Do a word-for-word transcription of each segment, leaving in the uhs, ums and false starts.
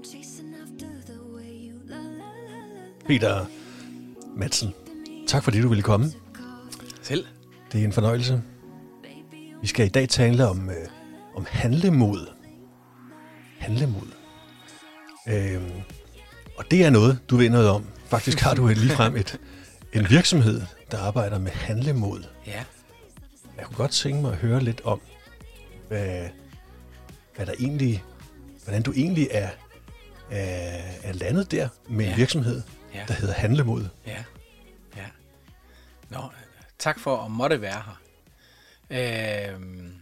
Peter Madsen, tak fordi du ville komme. Selv. Det er en fornøjelse. Vi skal i dag tale om, øh, om handlemod. Handlemod. Øhm, og det er noget, du ved noget om. Faktisk har du ligefrem et, en virksomhed, der arbejder med handlemod. Ja. Jeg kunne godt tænke mig at høre lidt om, hvad, hvad der egentlig, hvordan du egentlig er, er, er landet der med ja. en virksomhed, ja. der hedder Handlemod. Ja, ja. Nå, tak for at måtte være her. Øhm.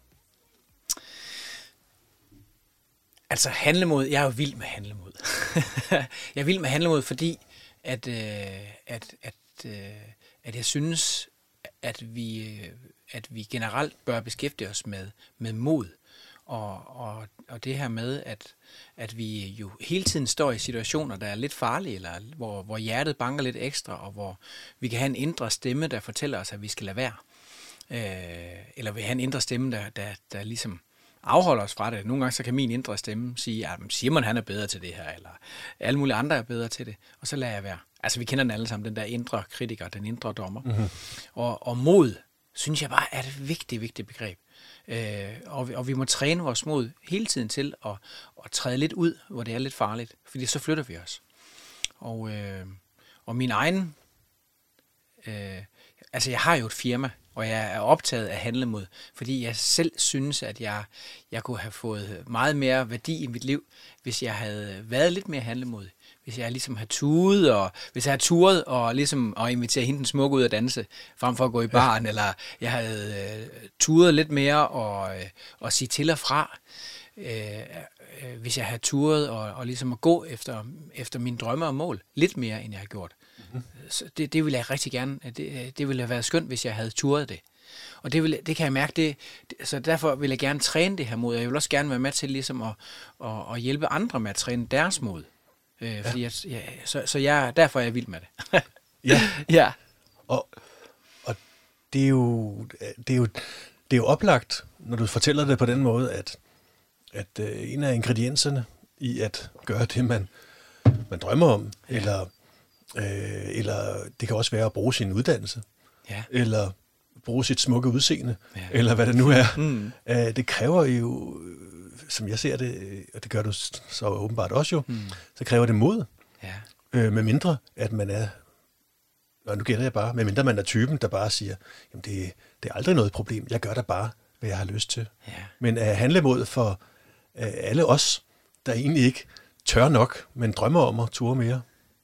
Altså handlemod, jeg er jo vild med handlemod. Jeg er vild med handlemod, fordi at, øh, at, at, øh, at jeg synes, at vi, at vi generelt bør beskæftige os med, med mod. Og, og, og det her med, at, at vi jo hele tiden står i situationer, der er lidt farlige, eller hvor, hvor hjertet banker lidt ekstra, og hvor vi kan have en indre stemme, der fortæller os, at vi skal lade være. Øh, eller vi have en indre stemme, der, der, der ligesom afholder os fra det. Nogle gange så kan min indre stemme sige, at Simon han er bedre til det her, eller alle mulige andre er bedre til det, og så lader jeg være. Altså vi kender den alle sammen, den der indre kritiker, den indre dommer. Mm-hmm. Og, og mod, synes jeg bare er et vigtigt, vigtigt begreb. Øh, og, vi, og vi må træne vores mod hele tiden til at, at træde lidt ud, hvor det er lidt farligt, fordi så flytter vi os. Og, øh, og min egen, øh, altså jeg har jo et firma, og jeg er optaget af handlemod, fordi jeg selv synes, at jeg, jeg kunne have fået meget mere værdi i mit liv, hvis jeg havde været lidt mere handlemodig. Hvis jeg ligesom havde turet, og hvis jeg havde turet og ligesom at invitere hende den smukke ud at danse, frem for at gå i baren, ja. Eller jeg havde øh, turet lidt mere og, øh, og sige til og fra. Øh, øh, hvis jeg havde turet og, og ligesom at gå efter, efter mine drømme og mål lidt mere, end jeg har gjort. Så det, det ville jeg rigtig gerne. Det, det ville have været skønt, hvis jeg havde turet det. Og det, vil, det kan jeg mærke. Det, det, så derfor vil jeg gerne træne det her mod. Jeg vil også gerne være med til ligesom at, at, at hjælpe andre med at træne deres mod. Øh, ja. Fordi jeg, ja, så, så jeg, derfor er jeg vild med det. Ja. Ja. Og, og det er jo det er jo det er jo oplagt, når du fortæller det på den måde, at at øh, en af ingredienserne i at gøre det man man drømmer om, ja. eller Øh, eller det kan også være at bruge sin uddannelse, ja. eller bruge sit smukke udseende, ja. eller hvad det nu er. Mm. Øh, det kræver jo, som jeg ser det, og det gør du så åbenbart også jo, mm. så kræver det mod, ja. øh, med mindre at man er, og nu gælder jeg bare, med mindre man er typen, der bare siger, jamen det, det er aldrig noget problem, jeg gør da bare, hvad jeg har lyst til. Ja. Men at handle mod for øh, alle os, der egentlig ikke tør nok, men drømmer om at ture mere.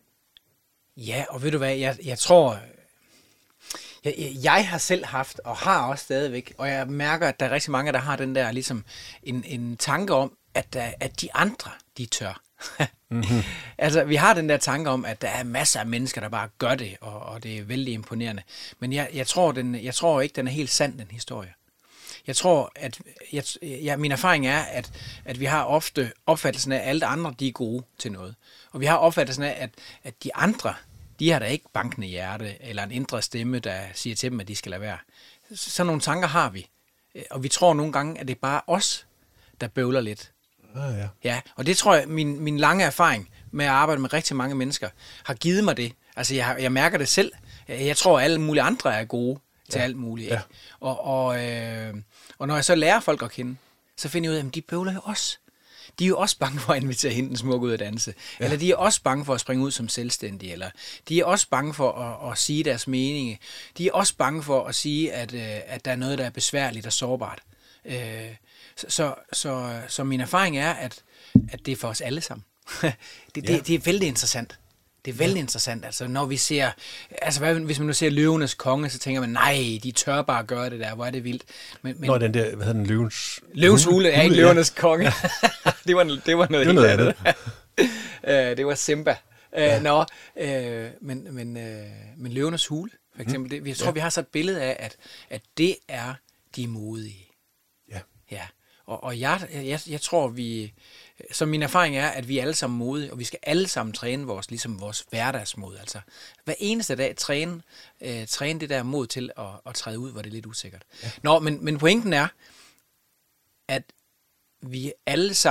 Ja, og ved du hvad, jeg, jeg tror, jeg, jeg har selv haft, og har også stadigvæk, og jeg mærker, at der er rigtig mange, der har den der, ligesom, en, en tanke om, at, der, at de andre, de tør. Mm-hmm. Altså, vi har den der tanke om, at der er masser af mennesker, der bare gør det, og, og det er vældig imponerende. Men jeg, jeg, tror, den, jeg tror ikke, den er helt sand, den historie. Jeg tror, at jeg, ja, min erfaring er, at, at vi har ofte opfattelsen af, at alle andre, de er gode til noget. Og vi har opfattelsen af, at, at de andre, de har da ikke bankende hjerte, eller en indre stemme, der siger til dem, at de skal lade være. Sådan nogle tanker har vi. Og vi tror nogle gange, at det er bare os, der bøvler lidt. Ah, ja. Ja, og det tror jeg, min, min lange erfaring med at arbejde med rigtig mange mennesker, har givet mig det. Altså, jeg, jeg mærker det selv. Jeg tror, at alle mulige andre er gode til ja. alt muligt. Ikke? Ja. Og, og, øh, og når jeg så lærer folk at kende, så finder jeg ud af, at de bøvler jo også. De er jo også bange for at invitere hende den smukke ud at danse. Ja. Eller de er også bange for at springe ud som selvstændige. Eller de er også bange for at, at sige deres mening. De er også bange for at sige, at, at der er noget, der er besværligt og sårbart. Så, så, så, så min erfaring er, at, at det er for os alle sammen. det, det, ja. det er vældig interessant. Det er vældig ja. interessant. Altså, når vi ser, altså hvad, hvis man nu ser Løvenes Konge, så tænker man, nej, de tør bare gøre det der, hvor er det vildt. Men, men, Nå, den der, hvad hedder den, Løvens... Løvens Hule er ikke Løvenes ja. Konge. det, var, det var noget, det var noget andet. Det var Simba. Ja. Uh, nå, uh, men, men, uh, men Løvenes Hule, for eksempel, det, jeg tror, ja. vi har så et billede af, at, at det er de modige. Ja. Ja. Og, og jeg, jeg, jeg tror, vi... Så min erfaring er, at vi er alle sammen modige, og vi skal alle sammen træne vores, ligesom vores hverdagsmod. Altså hver eneste dag træne, øh, træne det der mod til at, at træde ud, hvor det er lidt usikkert. Ja. Nå, men, men pointen er, at vi alle sammen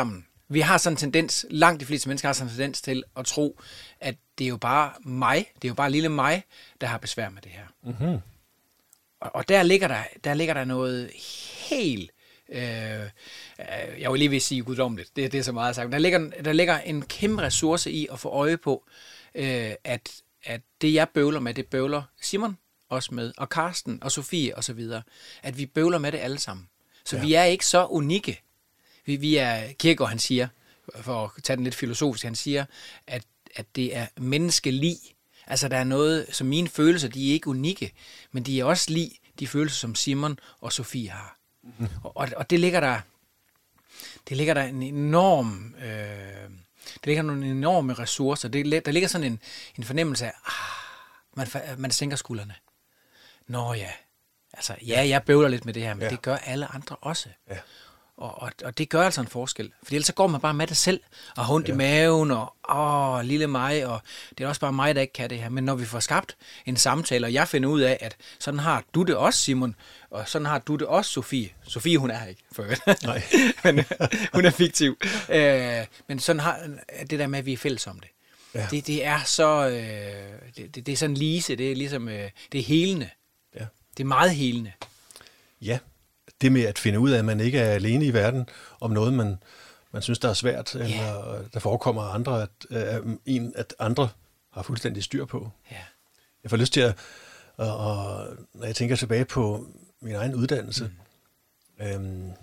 Vi har sådan en tendens, langt de fleste mennesker har sådan en tendens til at tro, at det er jo bare mig, det er jo bare lille mig, der har besvær med det her. Mm-hmm. Og, og der ligger der, der ligger der noget helt, øh, jeg vil lige vil sige guddommeligt, det, det er så meget sagt, der ligger, der ligger en kæmpe ressource i at få øje på, øh, at, at det jeg bøvler med, det bøvler Simon også med, og Karsten og Sofie og så videre, at vi bøvler med det alle sammen. Så ja. Vi er ikke så unikke. Vi, vi er, Kierkegaard han siger, for at tage den lidt filosofisk, han siger, at, at det er menneskelig. Altså der er noget, som mine følelser, de er ikke unikke, men de er også lig de følelser, som Simon og Sofie har. Mm. Og, og det ligger der, det ligger der en enorm, øh, det ligger nogle enorme ressourcer. Det, der ligger sådan en, en fornemmelse af, ah, man, man sænker skuldrene. Nå ja, altså ja, jeg bøvler lidt med det her, men ja. Det gør alle andre også. Ja. Og, og, og det gør altså en forskel. For ellers så går man bare med det selv, og har ondt ja. I maven, og åh, lille mig, og det er også bare mig, der ikke kan det her. Men når vi får skabt en samtale, og jeg finder ud af, at sådan har du det også, Simon, og sådan har du det også, Sofie. Sofie, hun er her ikke, for Nej. Men hun er fiktiv. Øh, men sådan har det der med, at vi er fælles om det. Ja. Det, det er så, øh, det, det, det er sådan lise, det er ligesom, øh, det er helende. Ja. Det er meget helende. Ja. Det med at finde ud af, at man ikke er alene i verden om noget, man, man synes, der er svært, yeah. eller der forekommer andre, at, at, en, at andre har fuldstændig styr på. Yeah. Jeg får lyst til at, og, og, når jeg tænker tilbage på min egen uddannelse, mm. øhm,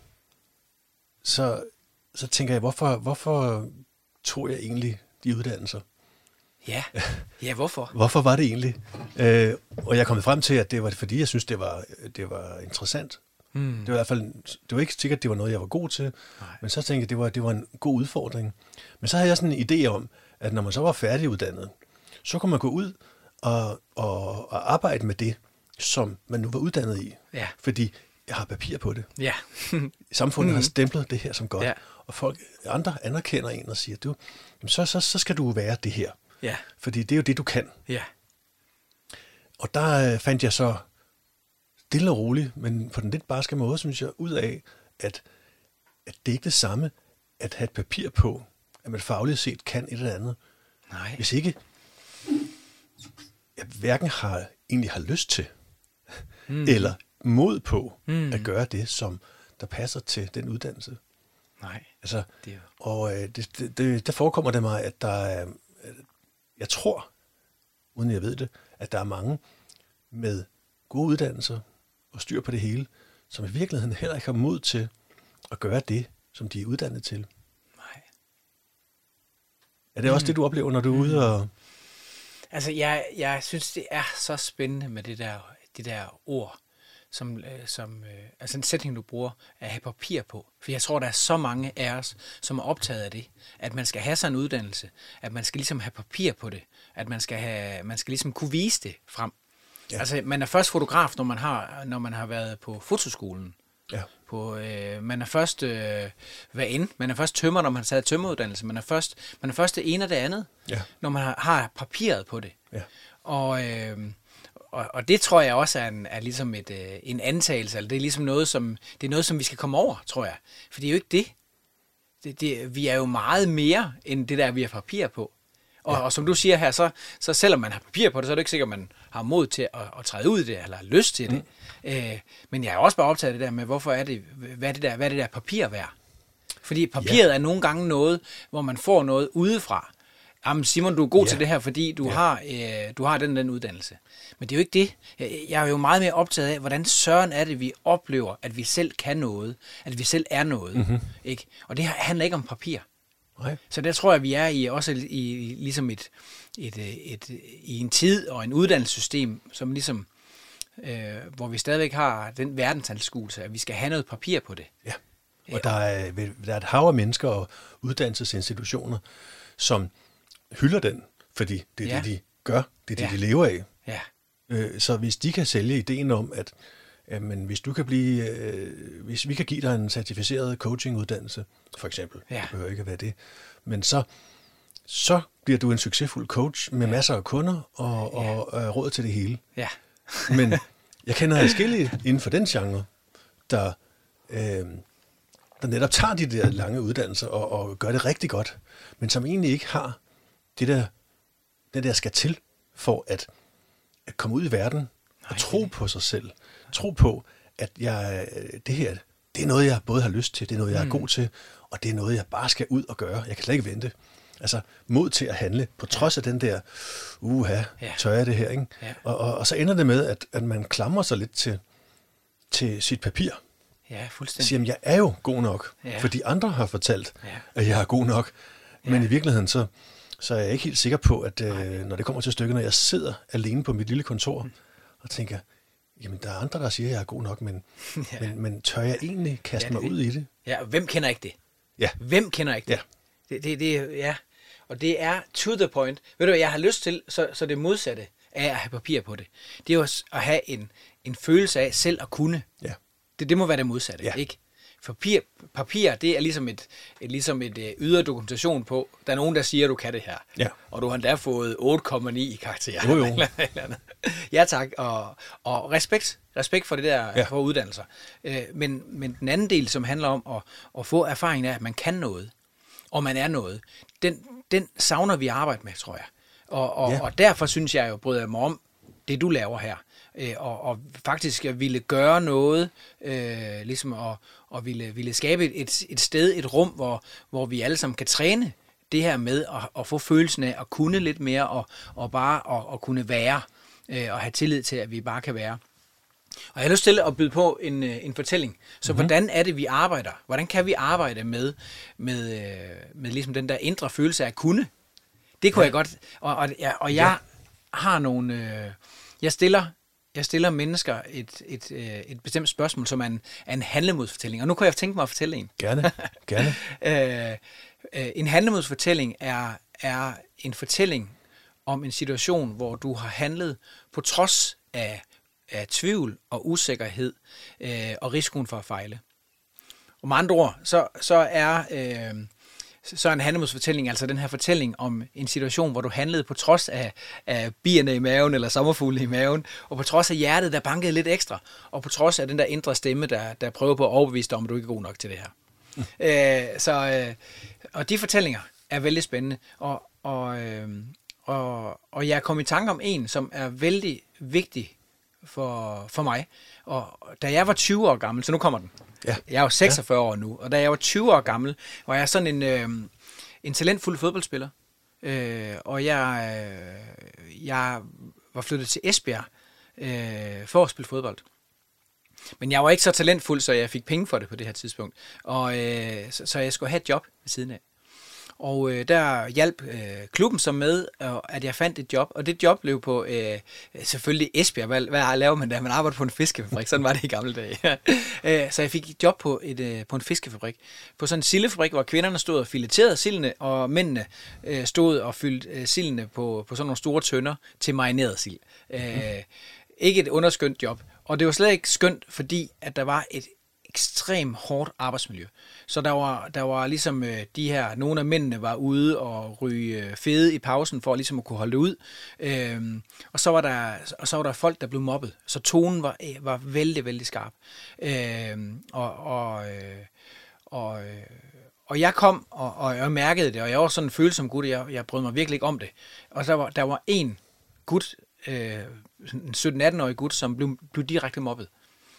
så, så tænker jeg, hvorfor, hvorfor tog jeg egentlig de uddannelser? Ja, ja hvorfor? Hvorfor var det egentlig? Øh, og jeg er kommet frem til, at det var fordi, jeg synes, det var, det var interessant. Mm. Det var i hvert fald, det var ikke sikkert, det var noget, jeg var god til, Nej. Men så tænkte jeg, det var, det var en god udfordring. Men så havde jeg sådan en idé om, at når man så var færdiguddannet, så kunne man gå ud og, og, og arbejde med det, som man nu var uddannet i. Ja. Fordi jeg har papir på det. Ja. Samfundet mm. har stemplet det her som godt, ja. Og folk, andre anerkender en og siger, du, jamen så, så, så skal du være det her. Ja. Fordi det er jo det, du kan. Ja. Og der øh, fandt jeg så stille og roligt, men på den lidt barske måde, synes jeg, ud af, at, at det ikke er det samme, at have et papir på, at man fagligt set kan et eller andet. Nej. Hvis ikke jeg hverken har, egentlig har lyst til, mm. eller mod på mm. at gøre det, som der passer til den uddannelse. Nej. Altså, det er... Og øh, det, det, det, der forekommer det mig, at der er, jeg tror, uden jeg ved det, at der er mange med gode uddannelser, og styr på det hele, som i virkeligheden heller ikke har mod til at gøre det, som de er uddannet til. Nej. Er det mm. også det, du oplever, når du er ude og... Altså, jeg, jeg synes, det er så spændende med det der, det der ord, som, som altså en sætning, du bruger, at have papir på. For jeg tror, der er så mange af os, som er optaget af det, at man skal have sådan en uddannelse, at man skal ligesom have papir på det, at man skal, have, man skal ligesom kunne vise det frem. Ja. Altså, man er først fotograf, når man har, når man har været på fotoskolen. Ja. På, øh, man er først, øh, hvad end? Man er først tømrer, når man har taget tømmeruddannelse. Man er først, man er først det ene og det andet, ja. Når man har, har papiret på det. Ja. Og, øh, og, og det tror jeg også er, en, er ligesom et, øh, en antagelse. Eller det er ligesom noget som, det er noget, som vi skal komme over, tror jeg. For det er jo ikke det. det, det vi er jo meget mere, end det der, vi har papir på. Og, ja. Og som du siger her, så, så selvom man har papir på det, så er det ikke sikkert, at man har mod til at, at træde ud i det, eller har lyst til det. Mm. Øh, men jeg er også bare optaget af det der med, hvorfor er det, hvad er det der, hvad er det der papir værd? Fordi papiret ja. Er nogle gange noget, hvor man får noget udefra. Jamen Simon, du er god ja. Til det her, fordi du, ja. har, øh, du har den den uddannelse. Men det er jo ikke det. Jeg, jeg er jo meget mere optaget af, hvordan søren er det, vi oplever, at vi selv kan noget, at vi selv er noget. Mm-hmm. Ikke? Og det handler ikke om papir. Okay. Så der tror jeg, vi er i også i ligesom et, et, et, et i en tid og en uddannelsessystem, som ligesom øh, hvor vi stadigvæk har den verdensanskuelse, at vi skal have noget papir på det. Ja. Og der er, der er et hav af mennesker og uddannelsesinstitutioner, som hylder den, fordi det er ja. Det, de gør, det er ja. Det, de lever af. Ja. Øh, så hvis de kan sælge ideen om, at jamen, hvis du kan blive, øh, hvis vi kan give dig en certificeret coachinguddannelse, for eksempel, ja. Det behøver ikke at være det, men så, så bliver du en succesfuld coach med ja. Masser af kunder og, ja. og øh, råd til det hele. Ja. Men jeg kender adskillige inden for den genre, der, øh, der netop tager de der lange uddannelser og, og gør det rigtig godt, men som egentlig ikke har det der, det der skal til for at, at komme ud i verden Nej, og tro det. på sig selv. Tro på, at jeg, det her, det er noget, jeg både har lyst til, det er noget, jeg er mm. god til, og det er noget, jeg bare skal ud og gøre. Jeg kan slet ikke vente. Altså mod til at handle, på trods ja. af den der, uha, ja. tør jeg det her, ikke? Ja. Og, og, og så ender det med, at, at man klamrer sig lidt til, til sit papir. Ja, fuldstændig. Siger, jeg er jo god nok, ja. fordi andre har fortalt, ja. at jeg er god nok. Men ja. i virkeligheden, så, så er jeg ikke helt sikker på, at øh, når det kommer til stykket, når jeg sidder alene på mit lille kontor, mm. og tænker, jamen der er andre, der siger, at jeg er god nok, men, ja. men, men tør jeg egentlig kaste ja, mig ud i det? Ja, hvem kender ikke det? Ja. Hvem kender ikke det? Ja. Det, det, det, ja. Og det er to the point. Ved du hvad, jeg har lyst til, så, så det modsatte af at have papir på det. Det er jo at have en, en følelse af selv at kunne. Ja. Det, det må være det modsatte, ja. ikke? Papir, papir, det er ligesom et, et, ligesom et øh, ydre dokumentation på, der er nogen, der siger, at du kan det her. Ja. Og du har endda fået otte komma ni i karakter. Jo, jo. Eller, eller andet. Ja tak, og, og respekt, respekt for det der, ja. for uddannelser. Øh, men, men den anden del, som handler om at, at få erfaring af, at man kan noget, og man er noget, den, den savner vi at arbejde med, tror jeg. Og, og, ja. og derfor synes jeg jo, bryder jeg mig om det, du laver her. Øh, og, og faktisk at ville gøre noget, øh, ligesom at og ville, ville skabe et, et sted, et rum, hvor, hvor vi alle sammen kan træne det her med at, at få følelsen af at kunne lidt mere, og, og bare at, at kunne være, øh, og have tillid til, at vi bare kan være. Og jeg har lyst til at byde på en, en fortælling. Så mm-hmm. hvordan er det, vi arbejder? Hvordan kan vi arbejde med, med, med ligesom den der indre følelse af at kunne? Det kunne ja. jeg godt. Og, og, og jeg ja. har nogle... Øh, jeg stiller... Jeg stiller mennesker et, et, et bestemt spørgsmål, som er en, er en handlemodsfortælling. Og nu kunne jeg tænke mig at fortælle en. Gerne, gerne. øh, øh, en handlemodsfortælling er, er en fortælling om en situation, hvor du har handlet på trods af, af tvivl og usikkerhed øh, og risikoen for at fejle. Og med andre ord, så, så er... Øh, så er en handlemodsfortælling altså den her fortælling om en situation, hvor du handlede på trods af, af bierne i maven, eller sommerfugle i maven, og på trods af hjertet, der bankede lidt ekstra, og på trods af den der indre stemme, der, der prøver på at overbevise dig om, at du ikke er god nok til det her. Mm. Øh, så, øh, og de fortællinger er vældig spændende, og, og, øh, og, og jeg kom i tanke om en, som er vældig vigtig for, for mig. Og da jeg var tyve år gammel, så nu kommer den. Ja. Jeg er jo seksogfyrre ja. år nu, og da jeg var tyve år gammel, var jeg sådan en, øh, en talentfuld fodboldspiller. Øh, og jeg, øh, jeg var flyttet til Esbjerg øh, for at spille fodbold. Men jeg var ikke så talentfuld, så jeg fik penge for det på det her tidspunkt. Og, øh, så, så jeg skulle have et job ved siden af. Og øh, der hjalp øh, klubben så med, øh, at jeg fandt et job. Og det job blev på øh, selvfølgelig Esbjerg. Hvad, hvad laver man der? Man arbejder på en fiskefabrik. Sådan var det i gamle dage. øh, så jeg fik et job på, et, øh, på en fiskefabrik. På sådan en sildefabrik, hvor kvinderne stod og fileterede sildene, og mændene øh, stod og fyldte øh, sildene på, på sådan nogle store tønder til marineret sild. Øh, ikke et underskønt job. Og det var slet ikke skønt, fordi at der var et ekstremt hårdt arbejdsmiljø. Så der var, der var ligesom øh, de her, nogle af mændene var ude og ryge øh, fede i pausen, for ligesom at kunne holde det ud. Øhm, og, så var der, og så var der folk, der blev mobbet. Så tonen var, øh, var vældig, vældig skarp. Øhm, og, og, øh, og, øh, og jeg kom, og, og jeg mærkede det, og jeg var sådan en følsom gut, og jeg, jeg brød mig virkelig ikke om det. Og der var, der var en gut, øh, en sytten-atten-årig gut, som blev, blev direkte mobbet.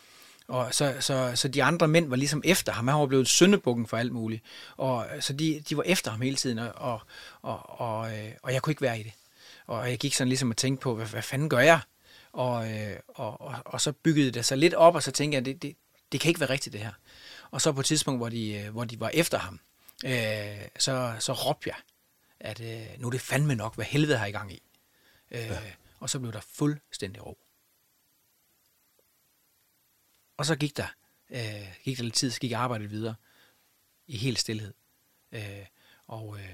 Og så, så, så de andre mænd var ligesom efter ham. Han var blevet syndebukken for alt muligt. Og så de, de var efter ham hele tiden, og, og, og, og jeg kunne ikke være i det. Og jeg gik sådan ligesom at tænke på, hvad, hvad fanden gør jeg? Og, og, og, og så byggede det sig lidt op, og så tænkte jeg, det, det, det kan ikke være rigtigt det her. Og så på et tidspunkt, hvor de, hvor de var efter ham, øh, så, så råbte jeg, at øh, nu er det fandme nok, hvad helvede har I gang i. Øh, ja. Og så blev der fuldstændig ro. Og så gik der, øh, gik der lidt tid, så gik jeg arbejdet videre i helt stilhed. Øh, og, øh,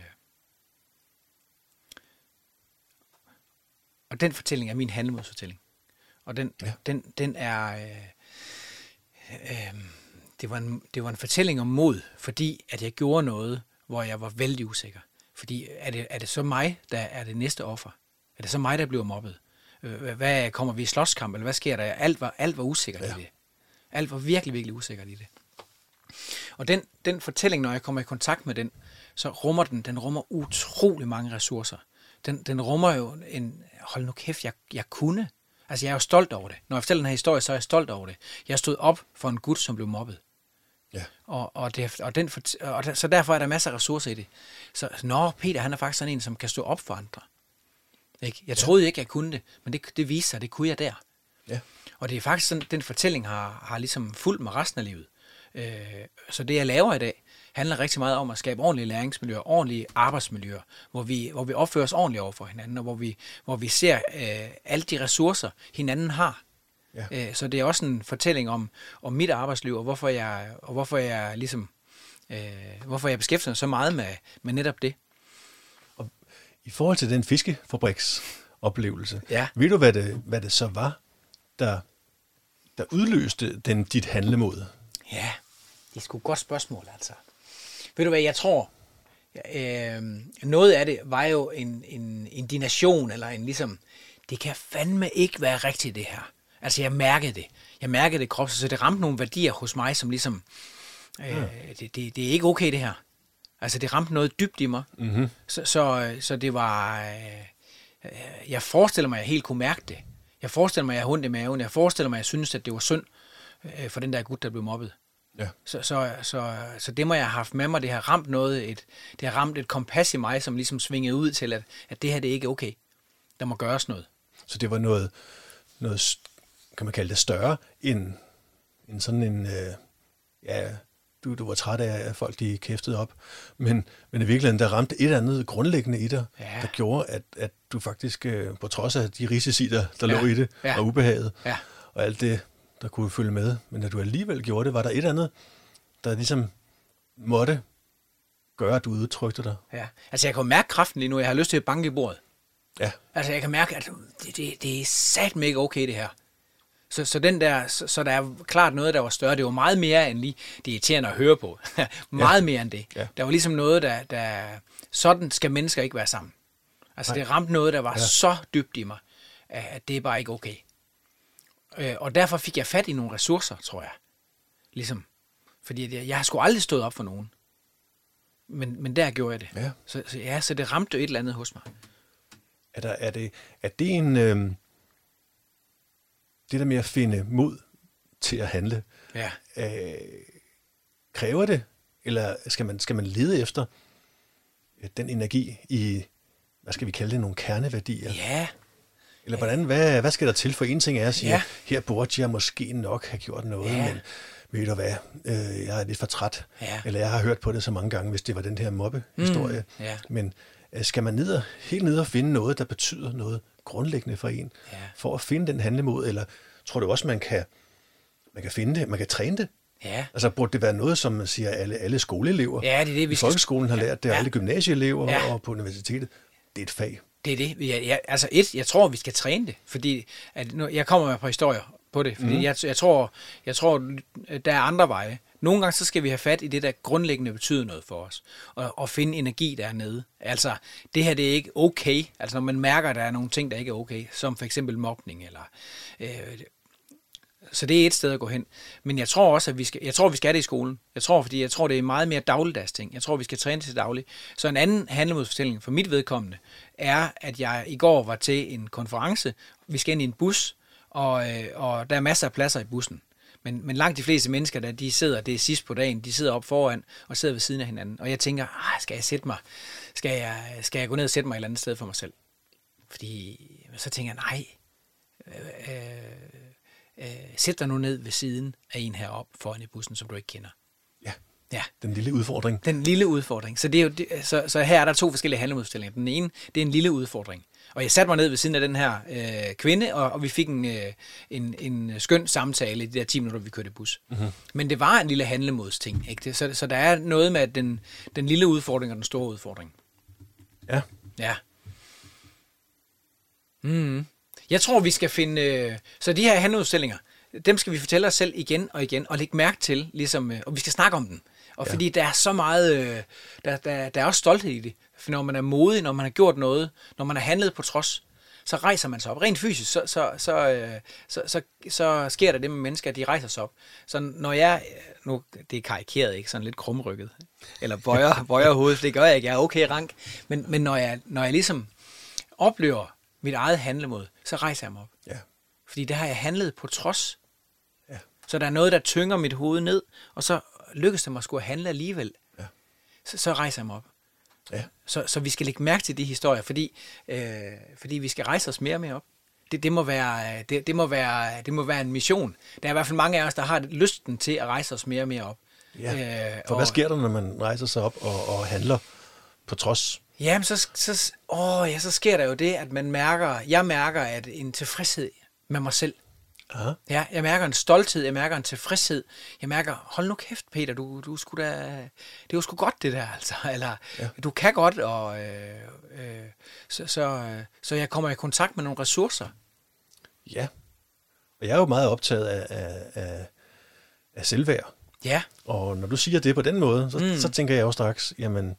og den fortælling er min handlemodsfortælling. Og den, ja. den, den er, øh, øh, det, var en, det var en fortælling om mod, fordi at jeg gjorde noget, hvor jeg var vældig usikker. Fordi er det, er det så mig, der er det næste offer? Er det så mig, der bliver mobbet? Hvad kommer vi i slåskamp, eller hvad sker der? Alt var, alt var usikkert ja. i det. Alt var virkelig, virkelig usikkert i det. Og den, den fortælling, når jeg kommer i kontakt med den, så rummer den, den rummer utrolig mange ressourcer. Den, den rummer jo en, hold nu kæft, jeg, jeg kunne. Altså jeg er jo stolt over det. Når jeg fortæller den her historie, så er jeg stolt over det. Jeg stod op for en gut, som blev mobbet. Ja. Og, og, det, og, den, og der, så derfor er der masser af ressourcer i det. Så nå, Peter, han er faktisk sådan en, som kan stå op for andre. Ikke? Jeg troede ja. ikke, jeg kunne det, men det, det viste sig, det kunne jeg der. Ja. Og det er faktisk sådan, den fortælling har, har ligesom fulgt mig resten af livet. Øh, så det, jeg laver i dag, handler rigtig meget om at skabe ordentlige læringsmiljøer, ordentlige arbejdsmiljøer, hvor vi, hvor vi opfører os ordentligt over for hinanden, og hvor vi, hvor vi ser øh, alle de ressourcer, hinanden har. Ja. Øh, så det er også en fortælling om, om mit arbejdsliv, og hvorfor jeg, og hvorfor jeg ligesom, øh, hvorfor jeg beskæftiger mig så meget med, med netop det. Og i forhold til den fiskefabriksoplevelse, ja. ved du, hvad det, hvad det så var, der, der udløste den, dit handlemod? Ja, det er sgu et godt spørgsmål, altså. Ved du hvad, jeg tror, øh, noget af det var jo en, en indignation, eller en ligesom, det kan fandme ikke være rigtigt det her. Altså, jeg mærkede det. Jeg mærkede det kropsligt, så det ramte nogle værdier hos mig, som ligesom, øh, ja. det, det, det er ikke okay det her. Altså, det ramte noget dybt i mig. Mm-hmm. Så, så, så det var, øh, jeg forestiller mig, at jeg helt kunne mærke det. Jeg forestiller mig, at jeg har ondt i maven. Jeg forestiller mig, at jeg synes, at det var synd øh, for den der gut, der blev mobbet. Ja. Så, så, så, så det må jeg have haft med mig. Det har ramt noget, et, det har ramt et kompas i mig, som ligesom svingede ud til, at, at det her, det er ikke okay. Der må gøres noget. Så det var noget, noget kan man kalde det, større end, end sådan en, øh, ja, du, du var træt af, at folk de kæftede op, men, men i virkeligheden, der ramte et eller andet grundlæggende i dig, ja. der gjorde, at, at du faktisk, øh, på trods af de risici, der, der ja. lå i det, ja. og ubehaget, ja. og alt det, der kunne følge med, men da du alligevel gjorde det, var der et eller andet, der ligesom måtte gøre, at du udtrykte dig. Ja, altså jeg kan mærke kraften lige nu, jeg har lyst til at banke i bordet. Ja. Altså jeg kan mærke, at det, det, det er satme ikke okay det her. Så, så, den der, så, så der er klart noget, der var større. Det var meget mere end lige det irriterende at høre på. meget ja. mere end det. Ja. Der var ligesom noget, der, der... Sådan skal mennesker ikke være sammen. Altså Nej. det ramte noget, der var ja. så dybt i mig, at det er bare ikke okay. Og derfor fik jeg fat i nogle ressourcer, tror jeg. Ligesom. Fordi jeg, jeg har sgu aldrig stået op for nogen. Men, men der gjorde jeg det. Ja. Så, så, ja, så det ramte jo et eller andet hos mig. Er, der, er, det, er det en... Øh, det der med at finde mod til at handle, ja. øh, kræver det? Eller skal man, skal man lede efter den energi i, hvad skal vi kalde det, nogle kerneværdier? Ja. Eller hvordan, hvad, hvad skal der til? For en ting er at sige, ja. her burde jeg måske nok have gjort noget, ja. men ved du hvad, øh, jeg er lidt for træt. Ja. Eller jeg har hørt på det så mange gange, hvis det var den her mobbe-historie. Mm. Ja. Men øh, skal man ned og, helt ned og finde noget, der betyder noget grundlæggende for en, ja. for at finde den handlemod, eller tror du også, man kan, man kan finde det, man kan træne det? Ja. Altså burde det være noget, som man siger, alle, alle skoleelever ja, det er det, vi i folkeskolen har lært, det er ja. alle gymnasieelever ja. og på universitetet. Det er et fag. Det er det. Jeg, jeg, altså et, jeg tror, vi skal træne det, fordi at nu, jeg kommer med på historier på det, fordi mm. jeg, jeg, tror, jeg tror, der er andre veje. Nogle gange så skal vi have fat i det, der grundlæggende betyder noget for os, og, og finde energi dernede. Altså, det her, det er ikke okay. Altså, når man mærker, at der er nogle ting, der ikke er okay, som for eksempel mobning, eller... Øh, så det er et sted at gå hen. Men jeg tror også, at vi skal, jeg tror, vi skal have det i skolen. Jeg tror, fordi jeg tror, det er meget mere dagligdags ting. Jeg tror, vi skal træne til daglig. Så en anden handlemodsfortælling for mit vedkommende er, at jeg i går var til en konference. Vi skal ind i en bus, og, og der er masser af pladser i bussen. Men, men langt de fleste mennesker, der de sidder, det er sidst på dagen, de sidder op foran og sidder ved siden af hinanden. Og jeg tænker, ah, skal jeg sætte mig? Skal jeg, skal jeg gå ned og sætte mig et eller andet sted for mig selv? Fordi så tænker jeg, nej, øh, øh, øh, sæt dig nu ned ved siden af en heroppe foran i bussen, som du ikke kender. Ja, ja. Den lille udfordring. Den lille udfordring. Så, det er jo det, så, så her er der to forskellige handlemodstillinger. Den ene, det er en lille udfordring. Og jeg satte mig ned ved siden af den her øh, kvinde, og, og vi fik en, øh, en, en skøn samtale i de der ti minutter, vi kørte i bus. Mm-hmm. Men det var en lille handlemodsting. Ikke? Så, så der er noget med den, den lille udfordring og den store udfordring. Ja. Ja. Mm. Jeg tror, vi skal finde... Øh, så de her handleudstillinger, dem skal vi fortælle os selv igen og igen, og lægge mærke til, ligesom, øh, og vi skal snakke om den. Og ja. Fordi der er så meget... Øh, der, der, der er også stolthed i det. For når man er modig, når man har gjort noget, når man har handlet på trods, så rejser man sig op. Rent fysisk, så, så, så, øh, så, så, så sker der det med mennesker, at de rejser sig op. Så når jeg, nu det er karikeret, ikke, sådan lidt krumrykket, eller bøjer, bøjer hovedet, det gør jeg ikke, jeg er okay rank, men, men når, jeg, når jeg ligesom oplever mit eget handlemod, så rejser jeg mig op. Ja. Fordi det har jeg handlet på trods. Ja. Så der er noget, der tynger mit hoved ned, og så lykkes det mig at skulle handle alligevel. Ja. Så, så rejser jeg mig op. Ja. Så, så vi skal lægge mærke til de historier, fordi, øh, fordi vi skal rejse os mere og mere op. Det, det, må være, det, det, må være, det må være en mission. Der er i hvert fald mange af os, der har lysten til at rejse os mere og mere op. Ja. Øh, For og, hvad sker der, når man rejser sig op og, og handler på trods? Jamen, så, så, åh, ja, så sker der jo det, at man mærker, jeg mærker at en tilfredshed med mig selv. Aha. Ja, jeg mærker en stolthed, jeg mærker en tilfredshed. Jeg mærker, hold nu kæft, Peter, du, du skulle da, det var sgu godt det der, altså. Eller, ja. Du kan godt, og øh, øh, så, så, så jeg kommer i kontakt med nogle ressourcer. Ja, og jeg er jo meget optaget af, af, af, af selvværd. Ja. Og når du siger det på den måde, så, mm. så tænker jeg jo straks, jamen,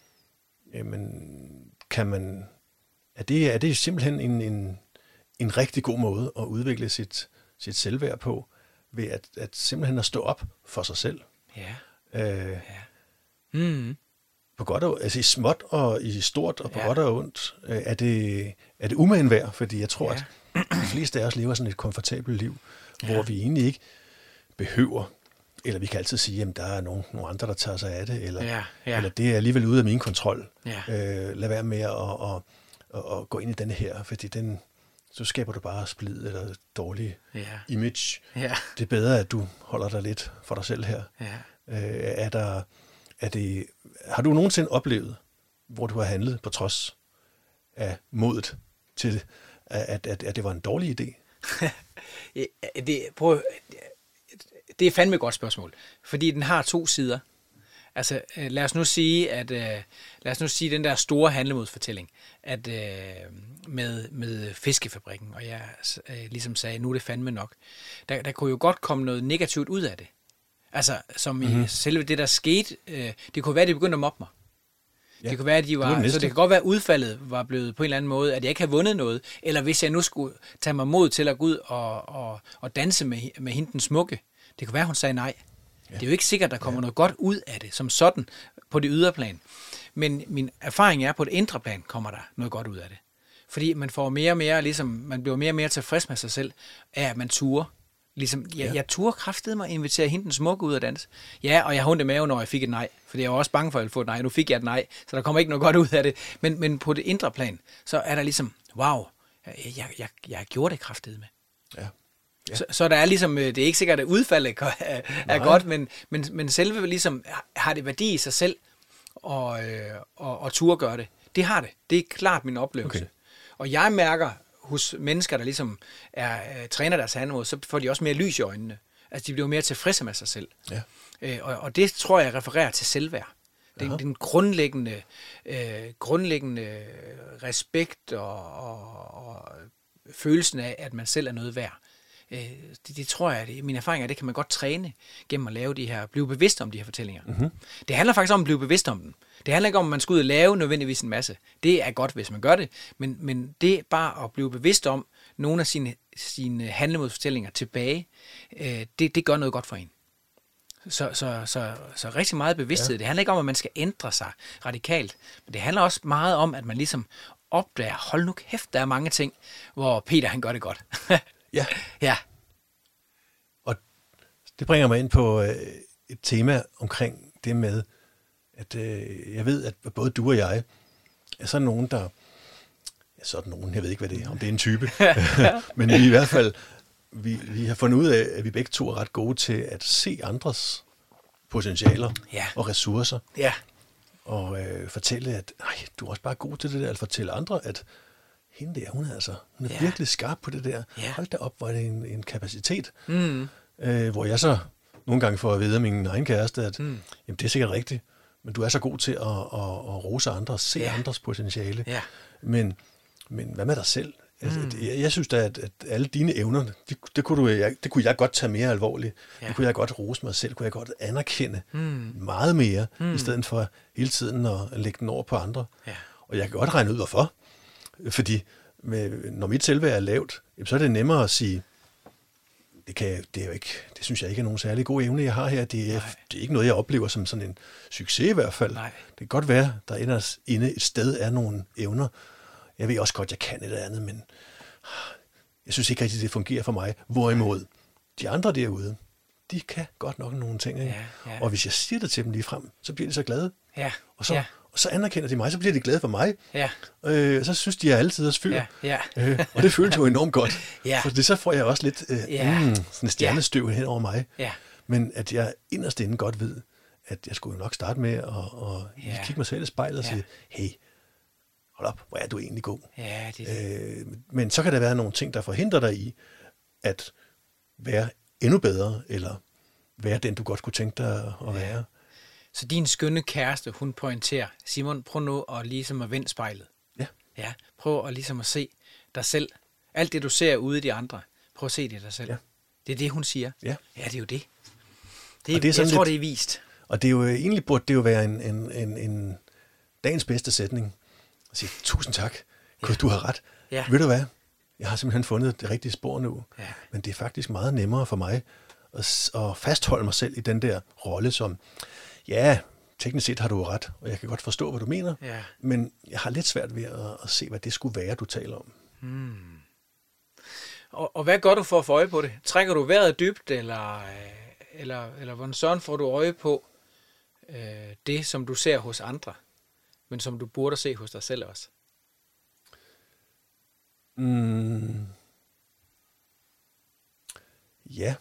jamen kan man, er det, er det simpelthen en, en, en rigtig god måde at udvikle sit, sit selvværd på, ved at, at simpelthen at stå op for sig selv. Ja. Øh, ja. Mm. På godt og, altså i småt og i stort og på ja. godt og ondt, øh, er det, er det umagen værd, fordi jeg tror, ja. at de fleste af os lever sådan et komfortabelt liv, ja. hvor vi egentlig ikke behøver, eller vi kan altid sige, at der er nogen, nogle andre, der tager sig af det, eller, ja. Ja. eller det er alligevel ude af min kontrol. Ja. Øh, lad være med at, at, at, at gå ind i den her, fordi den, så skaber du bare splid eller dårlig ja. image. Ja. Det er bedre, at du holder dig lidt for dig selv her. Ja. Øh, er der, er det, har du nogensinde oplevet, hvor du har handlet på trods af modet til, at, at, at det var en dårlig idé? det, prøv, det er fandme et godt spørgsmål, fordi den har to sider. Altså, lad os nu sige, at lad os nu sige den der store handlemodsfortælling, at med, med fiskefabrikken, og jeg ligesom sagde, nu er det fandme nok. Der, der kunne jo godt komme noget negativt ud af det. Altså, som mm-hmm. i selve det, der skete, det kunne være, at de begyndte at mobbe mig. Ja, det kunne være, at de var, det så det kan godt være, at udfaldet var blevet på en eller anden måde, at jeg ikke havde vundet noget, eller hvis jeg nu skulle tage mig mod til at gå ud og, og, og danse med, med hende den smukke, det kunne være, at hun sagde nej. Ja. Det er jo ikke sikkert, at der kommer ja. noget godt ud af det, som sådan på det ydre plan. Men min erfaring er, at på det indre plan kommer der noget godt ud af det. Fordi man får mere og mere, ligesom, man bliver mere og mere tilfreds med sig selv, af at man turer. Ligesom, jeg, ja. jeg turde kraftede mig at invitere hende den smukke ud at danse. Ja, og jeg har ondt i maven, når jeg fik et nej. Fordi jeg var også bange for, at jeg ville få et nej. Nu fik jeg et nej, så der kommer ikke noget godt ud af det. Men, men på det indre plan, så er der ligesom, wow, jeg, jeg, jeg, jeg gjorde det kraftede med. Ja. Ja. Så, så der er ligesom, det er ikke sikkert, at udfaldet er, er godt, men, men, men selve ligesom, har det værdi i sig selv, og, og, og turde gøre det. Det har det. Det er klart min oplevelse. Okay. Og jeg mærker hos mennesker, der ligesom er, uh, træner deres handlemod, så får de også mere lys i øjnene. Altså, de bliver mere tilfredse med sig selv. Ja. Uh, og, og det tror jeg refererer til selvværd. Den, den grundlæggende, øh, grundlæggende respekt og, og, og følelsen af, at man selv er noget værd. Øh, det, det tror jeg, det, min erfaring er, det kan man godt træne gennem at lave de her, blive bevidst om de her fortællinger. Mm-hmm. Det handler faktisk om at blive bevidst om dem. Det handler ikke om, at man skal ud og lave nødvendigvis en masse. Det er godt, hvis man gør det, men, men det er bare at blive bevidst om nogle af sine, sine handlemodsfortællinger tilbage, øh, det, det gør noget godt for en. Så, så, så, så rigtig meget bevidsthed. Ja. Det handler ikke om, at man skal ændre sig radikalt, men det handler også meget om, at man ligesom opdager, hold nu kæft, der er mange ting, hvor Peter han gør det godt. Ja. Ja. Og det bringer mig ind på øh, et tema omkring det med, at øh, jeg ved, at både du og jeg er sådan nogen, der... Ja, sådan nogen, jeg ved ikke, hvad det er, om det er en type. Men vi i hvert fald... Vi, vi har fundet ud af, at vi begge to er ret gode til at se andres potentialer ja. og ressourcer. Ja. Og øh, fortælle, at du er også bare god til det der, at fortælle andre, at hende der, hun er, altså, hun er ja. virkelig skarp på det der. Ja. Hold da op, hvor er det en, en kapacitet. Mm. Øh, hvor jeg så nogle gange får at vide af min egen kæreste, at mm. jamen, det er sikkert rigtigt, men du er så god til at, at, at rose andre og se ja. andres potentiale. Ja. Men, men hvad med dig selv? Mm. Jeg, jeg synes da, at, at alle dine evner, det, det, kunne du, jeg, det kunne jeg godt tage mere alvorligt. Ja. Det kunne jeg godt rose mig selv, kunne jeg godt anerkende mm. meget mere, mm. i stedet for hele tiden at lægge den over på andre. Ja. Og jeg kan godt regne ud, hvorfor. Fordi med, når mit selvværd er lavt, så er det nemmere at sige, det, kan, det, er jo ikke, det synes jeg ikke er nogen særlig god evne, jeg har her. Det er, det er ikke noget, jeg oplever som sådan en succes i hvert fald. Nej. Det kan godt være, der ellers inde et sted er nogle evner. Jeg ved også godt, jeg kan et eller andet, men jeg synes ikke rigtig, det fungerer for mig. Hvorimod de andre derude, de kan godt nok nogle ting. Ikke? Ja, ja. Og hvis jeg siger det til dem lige frem, så bliver de så glade. Ja, og, så, ja. og så anerkender de mig, så bliver de glade for mig. Ja. Øh, så synes de, jeg altid er fyr. Ja, ja. øh, og det føles jo enormt godt. Ja. For det, så får jeg også lidt øh, ja. mm, sådan stjernestøv hen over mig. Ja. Men at jeg inderst inde godt ved, at jeg skulle jo nok starte med at, at ja. kigge mig selv i spejlet og ja. sige, hey, hold op, hvor er du egentlig god. Ja, det er det. Øh, men så kan der være nogle ting, der forhindrer dig i at være endnu bedre, eller være den, du godt kunne tænke dig at være. Ja. Så din skønne kæreste, hun pointerer, Simon, prøv nu at ligesom at vende spejlet. Ja. Ja, prøv at ligesom at se dig selv. Alt det, du ser ude i de andre, prøv at se det dig selv. Ja. Det er det, hun siger. Ja, ja det er jo det. det, er, det er jeg tror, lidt, det er vist. Og det er jo egentlig burde det jo være en, en, en, en dagens bedste sætning. At sige, tusind tak, ja. Du har ret. Ja. Ved du hvad? Jeg har simpelthen fundet det rigtige spor nu. Ja. Men det er faktisk meget nemmere for mig at, at fastholde mig selv i den der rolle, som, ja, teknisk set har du ret, og jeg kan godt forstå, hvad du mener, ja. Men jeg har lidt svært ved at, at se, hvad det skulle være, du taler om. Hmm. Og, og hvad gør du for at få øje på det? Trækker du vejret dybt, eller, eller, eller hvordan sådan får du øje på øh, det, som du ser hos andre, men som du burde se hos dig selv også? Mm. Ja.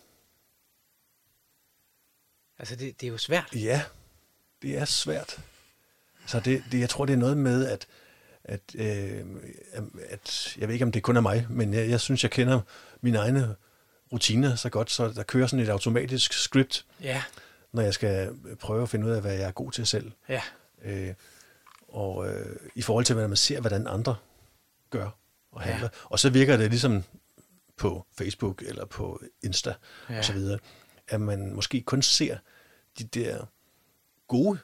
Altså, det, det er jo svært. Ja, det er svært. Så det, det, jeg tror, det er noget med, at, at, øh, at jeg ved ikke, om det kun er mig, men jeg, jeg synes, jeg kender mine egne rutiner så godt, så der kører sådan et automatisk script, ja. Når jeg skal prøve at finde ud af, hvad jeg er god til selv. Ja. Øh, og øh, i forhold til, hvordan man ser, hvordan andre gør og handler. Ja. Og så virker det ligesom på Facebook eller på Insta ja. Og så videre, at man måske kun ser de der gode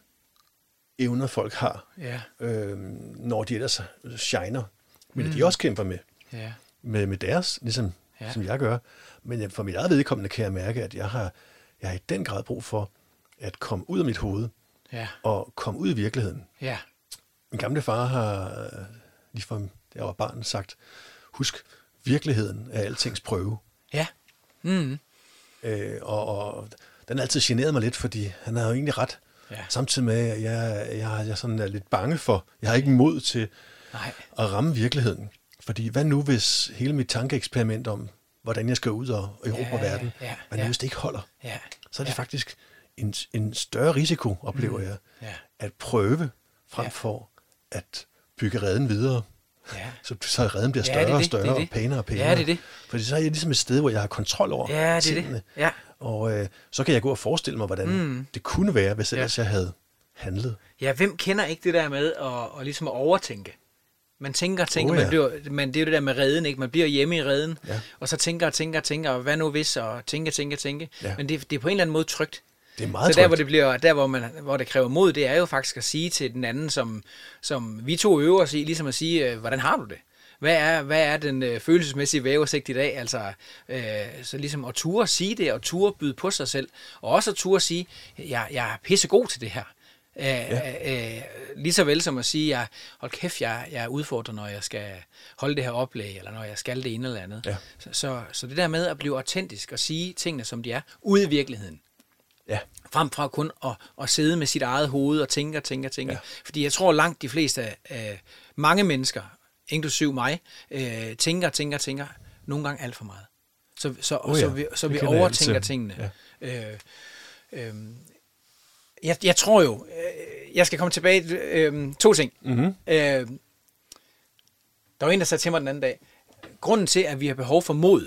evner, folk har, ja. øh, når de ellers shiner. Men mm. de også kæmper med, ja. med, med deres, ligesom ja. Som jeg gør. Men for mit eget vedkommende kan jeg mærke, at jeg har, jeg har i den grad brug for at komme ud af mit hoved ja. Og komme ud i virkeligheden. Ja. Min gamle far har, lige fra jeg var barn, sagt, husk, virkeligheden er altings prøve. Ja. Mm. Øh, og, og den har altid generet mig lidt, fordi han har jo egentlig ret. Ja. Samtidig med, at jeg, jeg, jeg sådan er lidt bange for, jeg har ikke mod til Nej. At ramme virkeligheden. Fordi hvad nu, hvis hele mit tankeeksperiment om, hvordan jeg skal ud og erobre ja, verden, ja, hvad nu, ja. Hvis det ikke holder, ja, så er det ja. Faktisk en, en større risiko, oplever mm. jeg, ja. At prøve frem ja. For at bygge reden videre. Ja. Så, så reden bliver større ja, og større og pænere og pænere. Ja, det er det. Fordi så er jeg ligesom et sted, hvor jeg har kontrol over ja, det tingene. Det. Ja. Og øh, så kan jeg gå og forestille mig, hvordan mm. det kunne være, hvis ellers ja. Jeg havde handlet. Ja, hvem kender ikke det der med at, at ligesom at overtænke? Man tænker og tænker, oh, ja. man bliver, men det er jo det der med reden, ikke? Man bliver hjemme i reden, ja. Og så tænker og tænker og tænker, og hvad nu hvis, og tænke, tænke, tænke. Ja. Men det, det er på en eller anden måde trygt. Det er meget så der, hvor det bliver, der hvor, man, hvor det kræver mod, det er jo faktisk at sige til den anden, som, som vi to øver os i, ligesom at sige, hvordan har du det? Hvad er, hvad er den øh, følelsesmæssige vævesigt i dag? Altså, øh, så ligesom at ture sige det, og ture byde på sig selv, og også at ture sige, jeg, jeg er pissegod til det her. Øh, ja. øh, lige så vel som at sige, jeg, hold kæft, jeg, jeg er udfordret, når jeg skal holde det her oplæg, eller når jeg skal det ene eller andet. Ja. Så, så, så det der med at blive autentisk og sige tingene, som de er, ude i virkeligheden. Ja. Frem fra kun at, at sidde med sit eget hoved og tænke og tænke og tænke. Ja. Fordi jeg tror langt de fleste, øh, mange mennesker, inklusiv mig, øh, tænker, tænker, tænker, nogle gange alt for meget. Så, så, oh ja, så vi, så vi overtænker tingene. Ja. Øh, øh, jeg, jeg tror jo, øh, jeg skal komme tilbage til øh, to ting. Mm-hmm. Øh, der var en, der sagde til mig den anden dag, grunden til, at vi har behov for mod,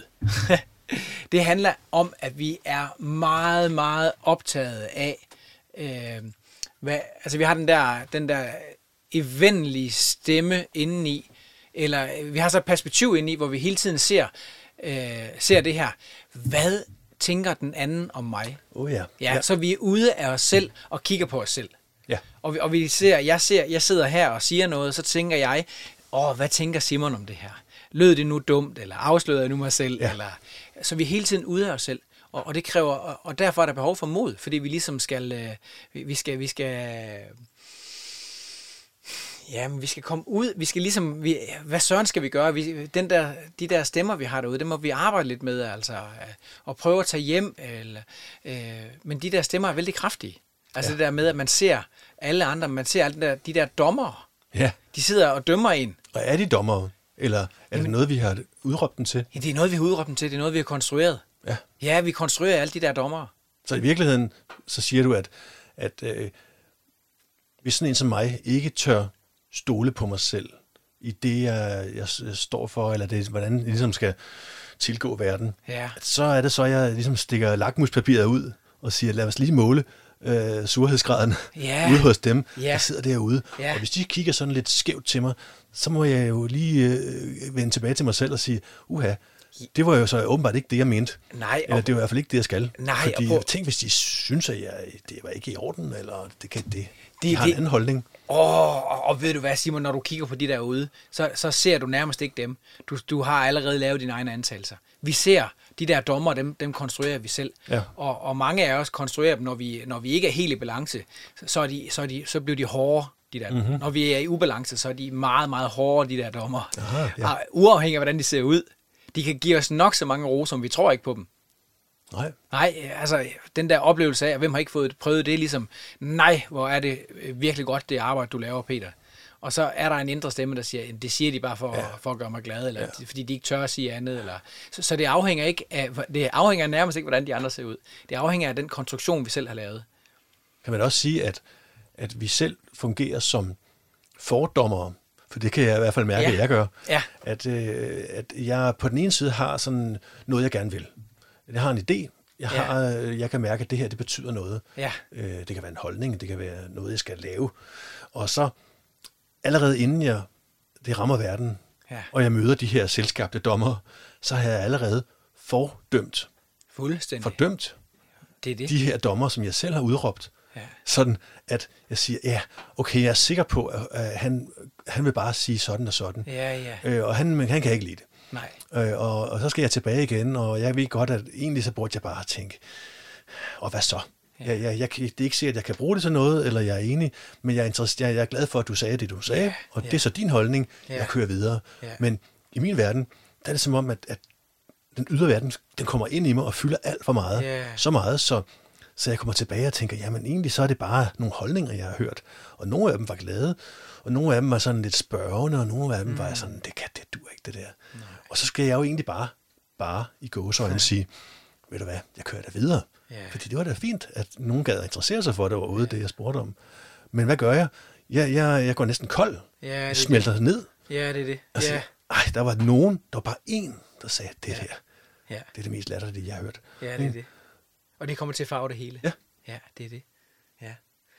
det handler om, at vi er meget, meget optaget af, øh, hvad, altså vi har den der, den der evindelige stemme indeni, eller vi har så et perspektiv indeni, hvor vi hele tiden ser, øh, ser det her. Hvad tænker den anden om mig? Oh ja. Ja, ja. Så vi er ude af os selv og kigger på os selv. Ja. Og vi, og vi ser, jeg ser, jeg sidder her og siger noget, så tænker jeg, åh, hvad tænker Simon om det her? lød det nu dumt, eller afslørede jeg nu mig selv, Ja. eller, så vi er hele tiden ude af os selv. Og, og det kræver, og, og derfor er der behov for mod, fordi vi ligesom skal, øh, vi, vi skal, vi skal, ja, men vi skal komme ud, vi skal ligesom, vi, hvad søren skal vi gøre? Vi, den der, de der stemmer, vi har derude, dem må vi arbejde lidt med, altså, øh, og prøve at tage hjem, eller, øh, men de der stemmer er vældig kraftige. Altså ja. Det der med, at man ser alle andre, man ser alle de der, de der dommere, Ja. de sidder og dømmer en. Og er de dommere? Eller er Jamen, det noget, vi har udråbt dem til? Ja, det er noget, vi har udråbt dem til, det er noget, vi har konstrueret. Ja. Ja, vi konstruerer alle de der dommere. Så i virkeligheden, så siger du, at, at øh, hvis sådan en som mig ikke tør stole på mig selv, i det, jeg, jeg, jeg står for, eller det, hvordan jeg ligesom skal tilgå verden, Ja. så er det så, jeg ligesom stikker lakmuspapiret ud og siger, lad os lige måle øh, surhedsgraden Ja. ude hos dem, Ja. der sidder derude. Ja. Og hvis de kigger sådan lidt skævt til mig, så må jeg jo lige øh, vende tilbage til mig selv og sige, uha, det var jo så åbenbart ikke det, jeg mente. Nej, Eller det var i hvert fald ikke det, jeg skal. Nej, Fordi og på- tænk, hvis de synes, at jeg, det var ikke i orden, eller det kan det. De, De- har de- en anden holdning. Åh, og, og ved du hvad, Simon, når du kigger på de derude, så, så ser du nærmest ikke dem. Du, du har allerede lavet dine egne antagelser. Vi ser de der dommer, dem, dem konstruerer vi selv. Ja. Og, og mange af os konstruerer dem, når vi, når vi ikke er helt i balance, så, så, er de, så, er de, så bliver de hårde, de der. Mm-hmm. Når vi er i ubalance, så er de meget, meget hårde, de der dommer. Aha, ja. Og uafhængig af, hvordan de ser ud. De kan give os nok så mange ro, som vi tror ikke på dem. Nej. Nej, altså den der oplevelse af, hvem har ikke fået prøvet det, ligesom, nej, hvor er det virkelig godt, det arbejde, du laver, Peter. Og så er der en indre stemme, der siger, det siger de bare for, ja. for at gøre mig glad, eller ja. fordi de ikke tør at sige andet. Eller, så, så det afhænger ikke af, det afhænger nærmest ikke, hvordan de andre ser ud. Det afhænger af den konstruktion, vi selv har lavet. Kan man også sige, at, at vi selv fungerer som fordommere, for det kan jeg i hvert fald mærke, Ja. at jeg gør, Ja. at, øh, at jeg på den ene side har sådan noget, jeg gerne vil. Jeg har en idé, jeg, Ja. har, øh, jeg kan mærke, at det her, det betyder noget. Ja. Øh, det kan være en holdning, det kan være noget, jeg skal lave. Og så allerede inden jeg, det rammer verden, Ja. og jeg møder de her selskabte dommere, så har jeg allerede fordømt, Fuldstændig. fordømt Det er det. de her dommer, som jeg selv har udråbt. Ja. Sådan, at jeg siger, ja, okay, jeg er sikker på, at, at han, han vil bare sige sådan og sådan. Ja, ja. Øh, og han, men han kan ikke lide det. Nej. Øh, og, og så skal jeg tilbage igen, og jeg ved godt, at egentlig så burde jeg bare tænke, og hvad så? Ja. Jeg, jeg, jeg, kan- det er ikke sikkert, at jeg kan bruge det til noget, eller jeg er enig, men jeg er, interess- jeg, jeg er glad for, at du sagde det, du sagde, Ja, og ja. det er så din holdning, Ja. jeg kører videre. Ja. Men i min verden, der er det som om, at, at den ydre verden, den kommer ind i mig og fylder alt for meget. Ja. Så meget, så, så jeg kommer tilbage og tænker, jamen egentlig så er det bare nogle holdninger, jeg har hørt. Og nogle af dem var glade, og nogle af dem var sådan lidt spørgende, og nogle af dem mm. var sådan, det kan det dur ikke, det der. Nej. Og så skal jeg jo egentlig bare, bare i gåseøjne sige, ved du hvad, jeg kører da videre. Ja. Fordi det var da fint, at nogen gad at interessere sig for det overhovedet, det jeg spurgte om. Men hvad gør jeg? Jeg, jeg, jeg går næsten kold. Ja, det er jeg smelter ned. Ja, det er det. Altså, Ja. ej, der var nogen, der var bare en, der sagde, det Ja. her, Ja. det er det mest latterlige, jeg har hørt. Ja, det er det. Og det kommer til at farve det hele. Ja. Ja, det er det. Ja.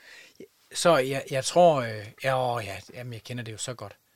Så jeg, jeg tror, øh, ja, åh, ja, jamen, jeg kender det jo så godt.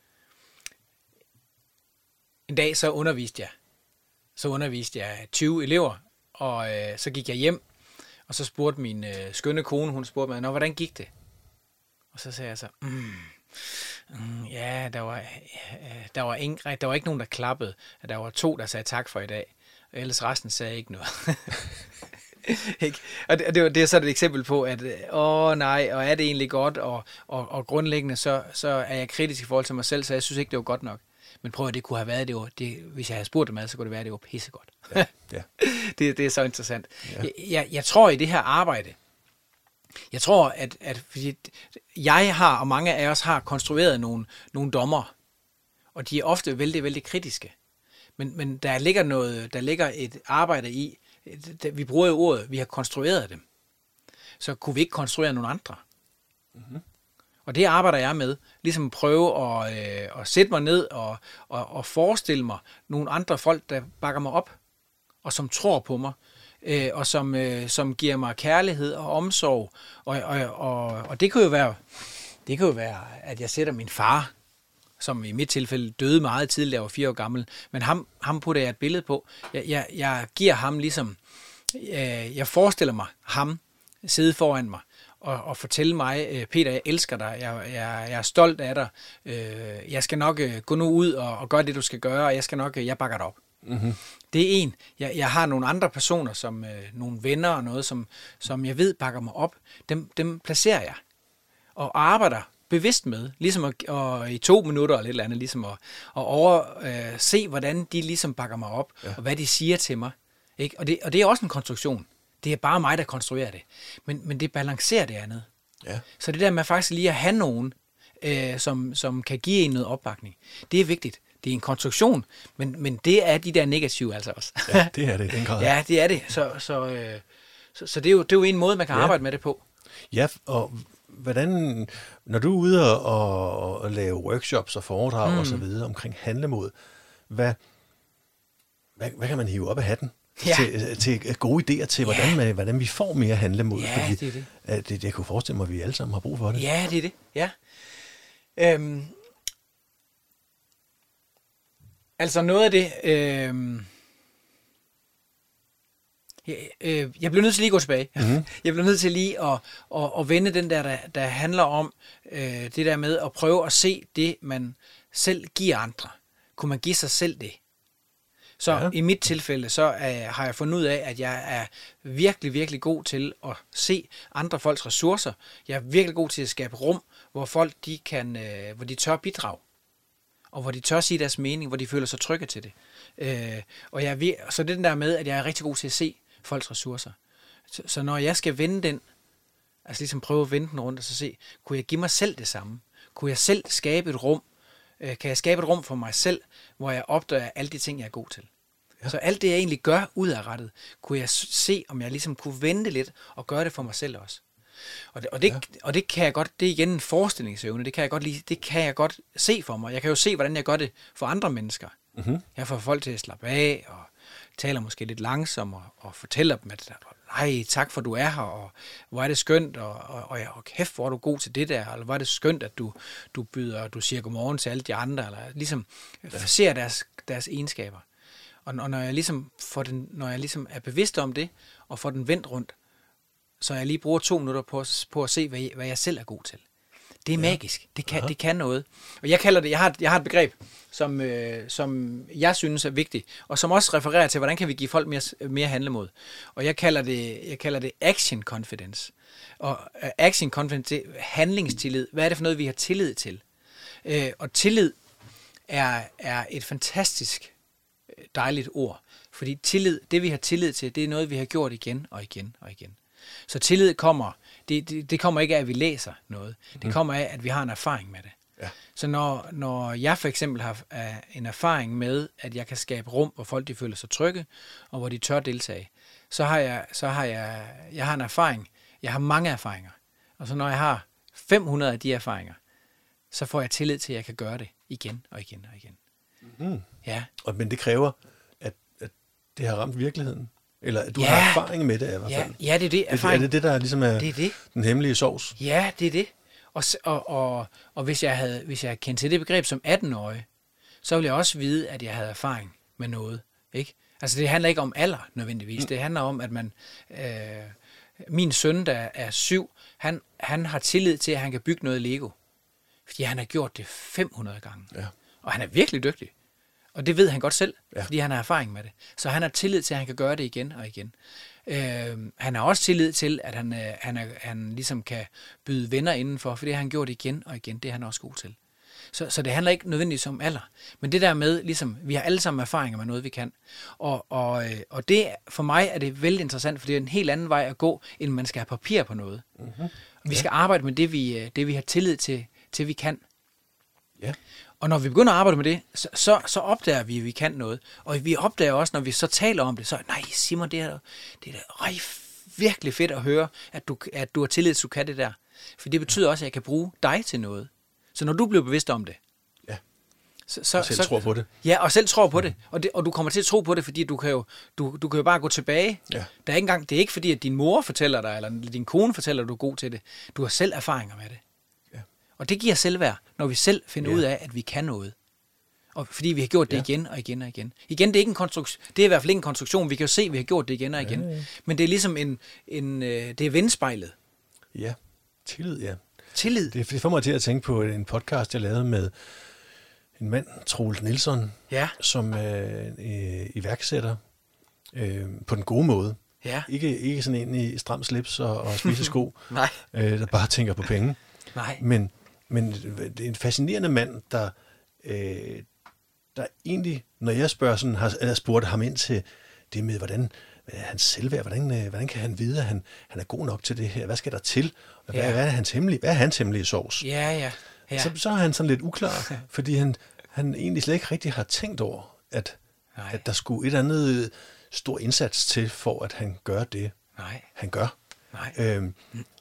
En dag så underviste jeg. Så underviste jeg tyve elever, og øh, så gik jeg hjem, og så spurgte min øh, skønne kone, hun spurgte mig, nå, hvordan gik det? Og så sagde jeg så, mm, mm, ja, der var, øh, der, var ingen, der var ikke nogen, der klappede. Der var to, der sagde tak for i dag. Og ellers resten sagde ikke noget. Ikke? Og det, det, var, det er så et eksempel på, at åh nej, og er det egentlig godt, og, og, og grundlæggende så, så er jeg kritisk i forhold til mig selv, så jeg synes ikke, det var godt nok. Men prøv at det kunne have været, det var, det, hvis jeg havde spurgt dem ad, så kunne det være, det var pissegodt. Ja, ja. det, det er så interessant. Ja. Jeg, jeg, jeg tror i det her arbejde, jeg tror, at, at fordi jeg har, og mange af os har konstrueret nogle, nogle dommer, og de er ofte vældig, vældig kritiske. Men, men der ligger noget, der ligger et arbejde i, vi bruger jo ordet, vi har konstrueret dem. Så kunne vi ikke konstruere nogle andre? Mm-hmm. Og det arbejder jeg med, ligesom prøve at, øh, at sætte mig ned og, og, og forestille mig nogle andre folk, der bakker mig op, og som tror på mig, øh, og som, øh, som giver mig kærlighed og omsorg. Og, og, og, og det kan jo være, det kan jo være, at jeg sætter min far, som i mit tilfælde døde meget tidligt, jeg var fire år gammel, men ham, ham putter jeg et billede på. Jeg, jeg, jeg giver ham ligesom, øh, jeg forestiller mig ham sidde foran mig, og, og fortælle mig, Peter, jeg elsker dig, jeg, jeg, jeg er stolt af dig, øh, jeg skal nok øh, gå nu ud og, og gøre det, du skal gøre, og jeg skal nok, øh, jeg bakker dig op. Mm-hmm. Det er en. Jeg, jeg har nogle andre personer, som øh, nogle venner og noget, som, som jeg ved bakker mig op. Dem, dem placerer jeg og arbejder bevidst med, ligesom at, og i to minutter eller et eller andet, ligesom at, at over, øh, se, hvordan de ligesom bakker mig op, ja. Og hvad de siger til mig. Ikke? Og, det, og det er også en konstruktion. Det er bare mig, der konstruerer det. Men, men det balancerer det andet. Ja. Så det der med faktisk lige at have nogen, øh, som, som kan give en noget opbakning, det er vigtigt. Det er en konstruktion, men, men det er de der negative altså også. Ja, det er det i den grad. Ja, det er det. Så, så, øh, så, så det, er jo, det er jo en måde, man kan ja. arbejde med det på. Ja, og hvordan, når du er ude og, og, og lave workshops og foredrag mm. og så videre omkring handlemod, hvad, hvad, hvad kan man hive op af hatten ja. til, til gode idéer til, hvordan, man, hvordan vi får mere handlemod? Ja, fordi, det er det. Det, det. Jeg kunne forestille mig, at vi alle sammen har brug for det. Ja, det er det. Ja. Øhm, altså noget af det... Øhm, jeg, øh, jeg bliver nødt til lige at gå tilbage. Mm-hmm. Jeg bliver nødt til lige at, at, at vende den der, der, der handler om øh, det der med at prøve at se det, man selv giver andre. Kunne man give sig selv det? Så ja. I mit tilfælde, så øh, har jeg fundet ud af, at jeg er virkelig, virkelig god til at se andre folks ressourcer. Jeg er virkelig god til at skabe rum, hvor folk de kan, øh, hvor de tør bidrage. Og hvor de tør sige deres mening, hvor de føler sig trygge til det. Øh, og jeg er ved, så det er den der med, at jeg er rigtig god til at se folks ressourcer. Så, så når jeg skal vende den, altså ligesom prøve at vende den rundt og så se, kunne jeg give mig selv det samme? Kunne jeg selv skabe et rum? Øh, kan jeg skabe et rum for mig selv, hvor jeg opdager alle de ting, jeg er god til? Ja. Så alt det, jeg egentlig gør udadrettet, kunne jeg se, om jeg ligesom kunne vente lidt og gøre det for mig selv også. Og det, og, det, ja. og det kan jeg godt, det er igen en forestillingsevne, det kan jeg godt lide, det kan jeg godt se for mig. Jeg kan jo se, hvordan jeg gør det for andre mennesker. Mm-hmm. Jeg får folk til at slappe af, og taler måske lidt langsomt, og, og fortæller dem, at nej, tak for, du er her, og hvor er det skønt, og, og, og, og kæft, hvor er du god til det der, eller hvor er det skønt, at du, du byder, du siger godmorgen til alle de andre, eller ligesom ja. ser deres, deres egenskaber. Og, og når jeg ligesom får den, når jeg ligesom er bevidst om det, og får den vendt rundt, så jeg lige bruger to minutter på, på at se, hvad jeg, hvad jeg selv er god til. Det er ja. magisk. Det kan, det kan noget. Og jeg kalder det, jeg har, jeg har et begreb, som, øh, som jeg synes er vigtigt, og som også refererer til, hvordan kan vi give folk mere, mere handlemod. Og jeg kalder det, jeg kalder det action confidence. Og uh, action confidence, det er handlingstillid. Hvad er det for noget, vi har tillid til? Øh, og tillid er, er et fantastisk dejligt ord. Fordi tillid, det vi har tillid til, det er noget, vi har gjort igen og igen og igen. Så tillid kommer, det, det, det kommer ikke af, at vi læser noget. Det mm. kommer af, at vi har en erfaring med det. Ja. Så når, når jeg for eksempel har uh, en erfaring med, at jeg kan skabe rum, hvor folk de føler sig trygge, og hvor de tør deltage, så har jeg, så har jeg, jeg har en erfaring. Jeg har mange erfaringer. Og så når jeg har fem hundrede af de erfaringer, så får jeg tillid til, at jeg kan gøre det igen og igen og igen. Mm. Ja. Og, men det kræver, at, at det har ramt virkeligheden? Eller at du ja. har erfaring med det i hvert fald? Ja, ja det er det. Erfaring. Er det det, der ligesom er, det er det. Den hemmelige sovs? Ja, det er det. Og, og, og, og hvis jeg havde hvis jeg kendte til det begreb som atten-årig, så ville jeg også vide, at jeg havde erfaring med noget. Ikke? Altså det handler ikke om alder nødvendigvis. Mm. Det handler om, at man... Øh, min søn, der er syv, han, han har tillid til, at han kan bygge noget Lego. Fordi han har gjort det fem hundrede gange. Ja. Og han er virkelig dygtig. Og det ved han godt selv, ja. fordi han har erfaring med det. Så han har tillid til, at han kan gøre det igen og igen. Øh, han har også tillid til, at han, øh, han, er, han ligesom kan byde venner indenfor, for det har han gjort igen og igen. Det er han også god til. Så, så det handler ikke nødvendigvis om alder. Men det der med, ligesom, vi har alle sammen erfaringer med noget, vi kan. Og, og, og det, for mig er det vældig interessant, for det er en helt anden vej at gå, end man skal have papir på noget. Mm-hmm. Vi skal ja. arbejde med det vi, det, vi har tillid til, til vi kan. Ja. Og når vi begynder at arbejde med det, så, så, så opdager vi, at vi kan noget. Og vi opdager også, når vi så taler om det, så nej, Simon, det er, det er ej, virkelig fedt at høre, at du, at du har tillid til, at du kan det der. For det betyder også, at jeg kan bruge dig til noget. Så når du bliver bevidst om det, ja. så, så, og selv så, tror på det. Ja, og selv tror på det. Og, det. og du kommer til at tro på det, fordi du kan jo, du, du kan jo bare gå tilbage. Ja. Der er ikke engang, det er ikke fordi, at din mor fortæller dig, eller din kone fortæller, at du er god til det. Du har selv erfaringer med det. Ja. Og det giver selvværd, når vi selv finder ja. ud af, at vi kan noget. Og fordi vi har gjort det ja. igen og igen og igen. Igen, det er ikke en konstruktion. Det er i hvert fald ikke en konstruktion. Vi kan jo se, at vi har gjort det igen og igen. Ja, ja. Men det er ligesom en, en øh, det er vendspejlet. Ja. Tillid, ja. Tillid? Det, det får mig til at tænke på en podcast, jeg lavede med en mand, Troels Nielsen, ja. som er øh, iværksætter øh, på den gode måde. Ja. Ikke, ikke sådan en i stram slips og, og spisesko, Nej. Øh, der bare tænker på penge. Nej. Men, men det er en fascinerende mand, der, øh, der egentlig, når jeg spørger sådan, har, eller spurgte ham ind til det med, hvordan hvad er hans selvværd, hvordan, øh, hvordan kan han vide, at han, han er god nok til det her? Hvad skal der til? Hvad, ja. hvad, er, hans hemmelige, hvad er hans hemmelige sovs? Ja, ja. ja. Så, så er han sådan lidt uklar, fordi han, han egentlig slet ikke rigtig har tænkt over, at, at der skulle et eller andet stor indsats til, for at han gør det, Nej. han gør. Nej. Øhm,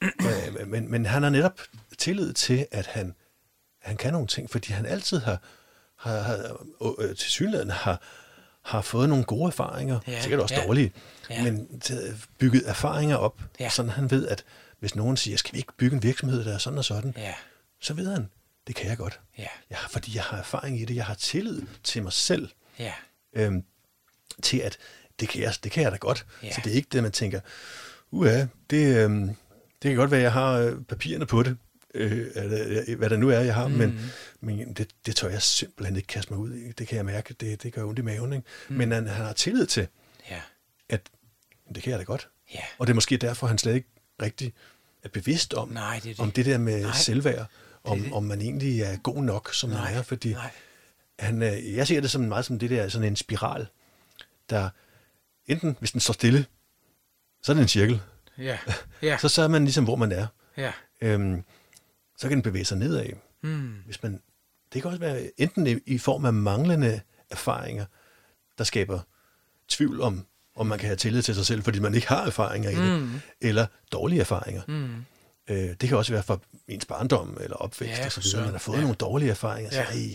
øh, men, men han har netop tillid til, at han, han kan nogle ting, fordi han altid har, har, har øh, tilsyneladende har, har fået nogle gode erfaringer, ja. sikkert også ja. dårlige, ja. men bygget erfaringer op, ja. sådan han ved, at hvis nogen siger, skal vi ikke bygge en virksomhed, der er sådan og sådan, ja. så ved han, det kan jeg godt. Ja. Jeg har, fordi jeg har erfaring i det, jeg har tillid til mig selv, ja. øhm, til at det kan, jeg, det kan jeg da godt. Ja. Så det er ikke det, man tænker, uha, det, øhm, det kan godt være, at jeg har øh, papirerne på det, øh, hvad der nu er, jeg har, mm. men, men det, det tør jeg simpelthen ikke kaste mig ud i. Det kan jeg mærke, det, det gør ondt i maven. Ikke? Mm. Men han, han har tillid til, ja. at det kan jeg da godt. Ja. Og det er måske derfor, han slet ikke rigtig er bevidst om, Nej, det, det. om det der med Nej. selvværd, om, det, det. om man egentlig er god nok, som Nej. man er. Fordi Nej. han, jeg ser det som meget som det der, sådan en spiral, der enten, hvis den står stille, så er det en cirkel. Ja. Ja. så, så er man ligesom, hvor man er. Ja. Øhm, så kan den bevæge sig nedad. Mm. Hvis man, det kan også være enten i, i form af manglende erfaringer, der skaber tvivl om, om man kan have tillid til sig selv, fordi man ikke har erfaringer i det, mm. eller dårlige erfaringer. Mm. Øh, det kan også være fra ens barndom eller opvækst, ja, og så videre. Man har fået ja. nogle dårlige erfaringer. Ja. Så,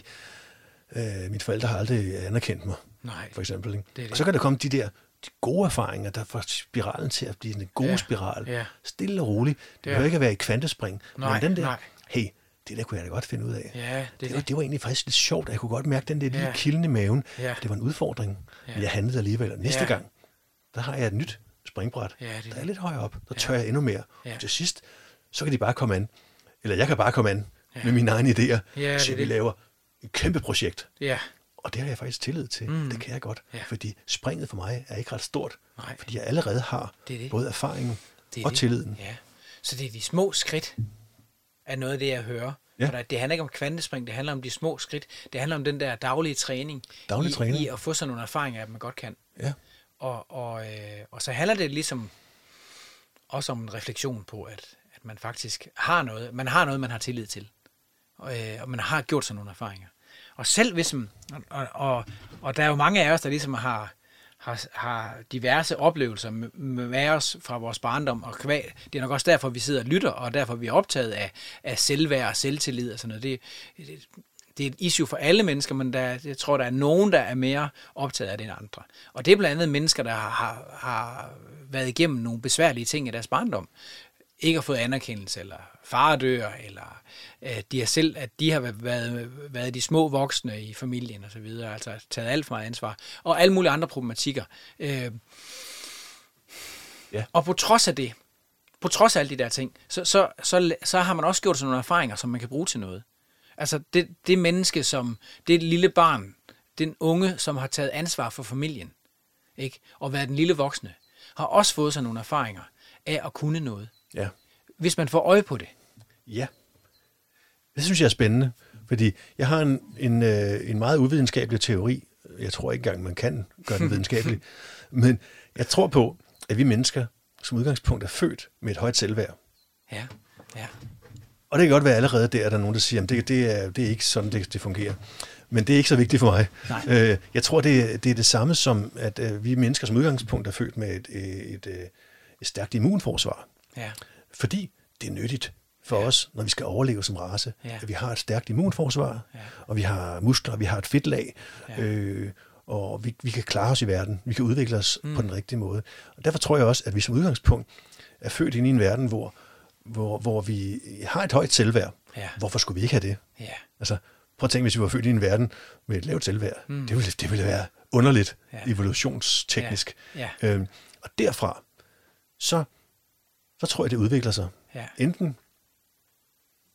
øh, mine forældre har aldrig anerkendt mig, Nej. for eksempel. Ikke? Det det. Og så kan der komme de der de gode erfaringer, der får spiralen til at blive en god ja. spiral. Ja. Stille og roligt. Det ja. behøver ikke at være i kvantespring. Nej. Men den der, Nej. hey, det der kunne jeg da godt finde ud af. Ja, det, det, var, det var egentlig faktisk lidt sjovt, at jeg kunne godt mærke den der lille ja. kilden i maven. Ja. Det var en udfordring, ja. men jeg handlede alligevel. Og næste ja. gang, der har jeg et nyt springbræt, ja, det der er lidt højere op. Der tør ja. jeg endnu mere. Ja. Og til sidst, så kan de bare komme an. Eller jeg kan bare komme an ja. med mine egne idéer, ja, så det, vi det. laver et kæmpe projekt. Ja. Og det har jeg faktisk tillid til. Mm. Det kan jeg godt. Ja. Fordi springet for mig er ikke ret stort. Nej. Fordi jeg allerede har det det. både erfaringen og det. tilliden. Ja. Så det er de små skridt, er noget af det, jeg hører. Ja. For det handler ikke om kvantespring, det handler om de små skridt. Det handler om den der daglige træning. Daglig i, træning. I at få sådan nogle erfaringer, at man godt kan. Ja. Og, og, øh, og så handler det ligesom også om en refleksion på, at, at man faktisk har noget, man har noget, man har tillid til. Og, øh, og man har gjort sådan nogle erfaringer. Og selv hvis man, og, og, og der er jo mange af os, der ligesom har, har, har diverse oplevelser med, med os fra vores barndom, og kvæg, det er nok også derfor, vi sidder og lytter, og derfor vi er optaget af, af selvværd og selvtillid og sådan noget. Det, det, det er et issue for alle mennesker, men der, jeg tror, der er nogen, der er mere optaget af det end andre. Og det er blandt andet mennesker, der har, har, har været igennem nogle besværlige ting i deres barndom. Ikke har fået anerkendelse, eller far dør, eller at de har selv, at de har været, været de små voksne i familien og så videre, altså taget alt for meget ansvar, og alle mulige andre problematikker. Øh, ja. Og på trods af det, på trods af alle de der ting, så, så, så, så har man også gjort sådan nogle erfaringer, som man kan bruge til noget. Altså det, det menneske, som, det lille barn, den unge, som har taget ansvar for familien, ikke? Og været den lille voksne, har også fået sådan nogle erfaringer af at kunne noget. Ja. Hvis man får øje på det. Ja. Det synes jeg er spændende, fordi jeg har en, en, en meget uvidenskabelig teori. Jeg tror ikke engang, man kan gøre den videnskabelig. Men jeg tror på, at vi mennesker som udgangspunkt er født med et højt selvværd. Ja, ja. Og det kan godt være allerede der, at der er nogen, der siger, at det, det, er, det er ikke sådan, det, det fungerer. Men det er ikke så vigtigt for mig. Nej. Jeg tror, det, det er det samme som, at vi mennesker som udgangspunkt er født med et, et, et, et stærkt immunforsvar. Ja. Fordi det er nyttigt for ja. os, når vi skal overleve som race, ja. at vi har et stærkt immunforsvar, ja. og vi har muskler, vi har et fedtlag, ja. øh, og vi, vi kan klare os i verden, vi kan udvikle os mm. på den rigtige måde. Og derfor tror jeg også, at vi som udgangspunkt er født ind i en verden, hvor, hvor, hvor vi har et højt selvværd. Ja. Hvorfor skulle vi ikke have det? Ja. Altså, prøv at tænke, hvis vi var født i en verden med et lavt selvværd. Mm. Det, ville, det ville være underligt, ja. evolutionsteknisk. Ja. Ja. Øhm, og derfra, så, så tror jeg, det udvikler sig. Ja. Enten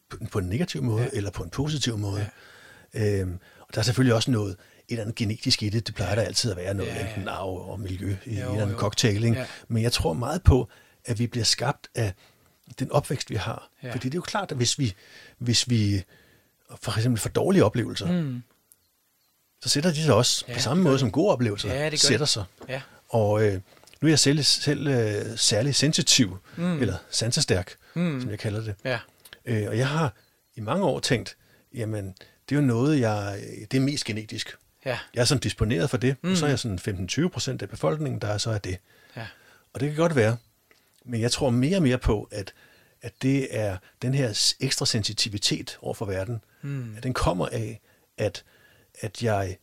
på en negativ måde, ja. eller på en positiv måde. Ja. Øhm, og der er selvfølgelig også noget, et eller andet genetisk i det. Det plejer ja. der altid at være noget, ja, ja. enten arv og miljø i jo, en eller anden cocktail. Ikke? Ja. Men jeg tror meget på, at vi bliver skabt af den opvækst, vi har. Ja. Fordi det er jo klart, at hvis vi, hvis vi for eksempel får dårlige oplevelser, mm. så sætter de sig også ja, på samme måde, som gode oplevelser ja, sætter sig. Ja. Og øh, nu er jeg selv, selv øh, særlig sensitiv, mm. eller sansestærk, mm. som jeg kalder det. Ja. Øh, og jeg har i mange år tænkt, jamen, det er jo noget, jeg, det er mest genetisk. Ja. Jeg er sådan disponeret for det, mm. og så er jeg sådan femten til tyve procent af befolkningen, der er så er det. Ja. Og det kan godt være, men jeg tror mere og mere på, at, at det er den her ekstra sensitivitet over for verden, mm. at den kommer af, at, at jeg,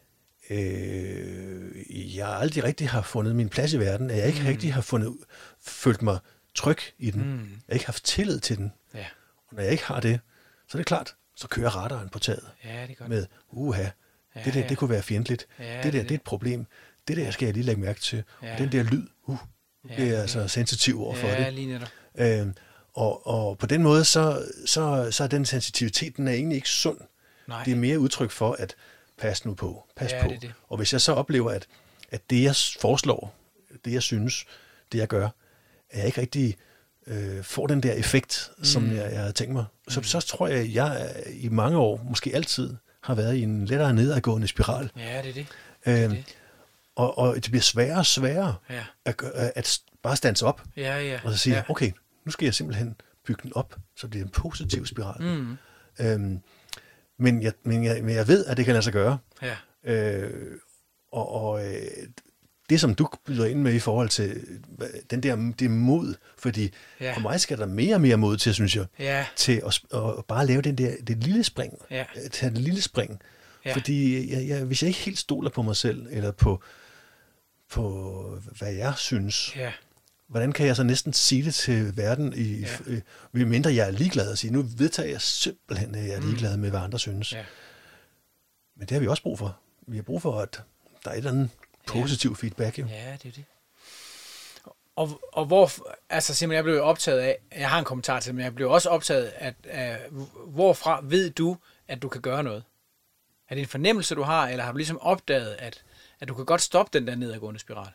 øh, jeg aldrig rigtig har fundet min plads i verden, at jeg ikke mm. rigtig har fundet, følt mig tryg i den, mm. jeg har ikke haft tillid til den. Ja. Og når jeg ikke har det, så er det klart, så kører radaren på taget ja, det er godt. med, uha, ja, det der, ja. det kunne være fjendtligt. Ja, det der, det, det er et problem. Det der skal jeg lige lægge mærke til. Ja. Og den der lyd, uh, ja, det er altså ja. sensitiv over for ja, det. Lige netop. Øhm, og, og på den måde, så, så, så er den sensitivitet, den er egentlig ikke sund. Nej. Det er mere udtryk for, at pas nu på, pas ja, på. Det det. Og hvis jeg så oplever, at, at det jeg foreslår, det jeg synes, det jeg gør, er jeg ikke rigtig øh, får den der effekt, mm. som jeg, jeg havde tænkt mig, så, mm. så tror jeg, at jeg i mange år, måske altid, har været i en lettere nedadgående spiral. Ja, det er det. Øhm, det, er det. Og, og det bliver sværere og sværere ja. at, at bare stands op, ja, ja. og så sige, ja. okay, nu skal jeg simpelthen bygge den op, så det bliver en positiv spiral. Mm. Øhm, men, jeg, men, jeg, men jeg ved, at det kan lade sig gøre. Ja. Øh, og og øh, det, som du byder ind med i forhold til den der, det mod, fordi ja. for mig skal der mere og mere mod til, synes jeg, ja. til at, at bare lave den der, det lille spring, ja. tage det lille spring. Ja. Fordi jeg, jeg, hvis jeg ikke helt stoler på mig selv, eller på, på hvad jeg synes, ja. hvordan kan jeg så næsten sige det til verden, i, ja. øh, mindre jeg er ligeglad at sige, nu vedtager jeg simpelthen, at jeg er ligeglad med, hvad andre synes. Ja. Men det har vi også brug for. Vi har brug for, at der er et eller andet positiv ja. feedback. Jo. Ja, det er det. Og, og hvor, altså simpelthen, jeg blev optaget af, jeg har en kommentar til det, men jeg blev også optaget af, af, hvorfra ved du, at du kan gøre noget? Er det en fornemmelse, du har, eller har du ligesom opdaget, at, at du kan godt stoppe den der nedadgående spiral?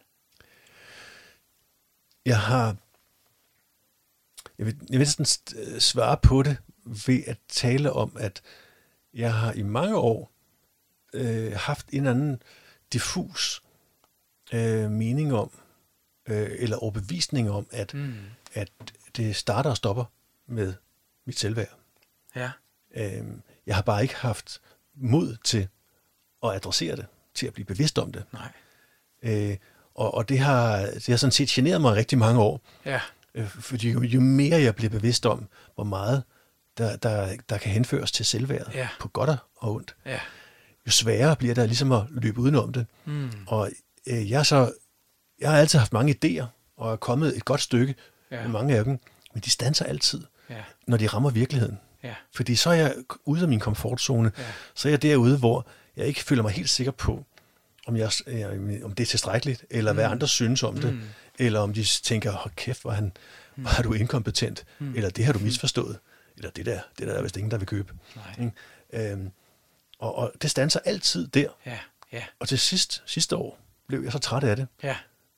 Jeg har, jeg vil, jeg vil næsten svare på det ved at tale om, at jeg har i mange år øh, haft en anden diffus øh, mening om, øh, eller overbevisning om, at, mm. at det starter og stopper med mit selvværd. Ja. Øh, jeg har bare ikke haft mod til at adressere det, til at blive bevidst om det. Nej. Øh, og, og det har, det har sådan set generet mig rigtig mange år. Ja. Øh, fordi jo, jo mere jeg bliver bevidst om, hvor meget der, der, der kan henføres til selvværd, ja. på godt og ondt, ja. jo sværere bliver det ligesom at løbe udenom det. Mm. Og øh, jeg, så, jeg har altid haft mange idéer, og er kommet et godt stykke ja. med mange af dem, men de standser altid, ja. når de rammer virkeligheden. Ja. Fordi så er jeg ude af min komfortzone, ja. så er jeg derude, hvor jeg ikke føler mig helt sikker på, om, jeg, om det er tilstrækkeligt, eller mm. hvad andre synes om det, mm. eller om de tænker, hold kæft, hvor, han, mm. hvor er du inkompetent, mm. eller det har du misforstået, eller det der, det der er vist ingen, der vil købe. Øhm, og, og det standser altid der. Ja. Ja. Og til sidst, sidste år blev jeg så træt af det. Ja.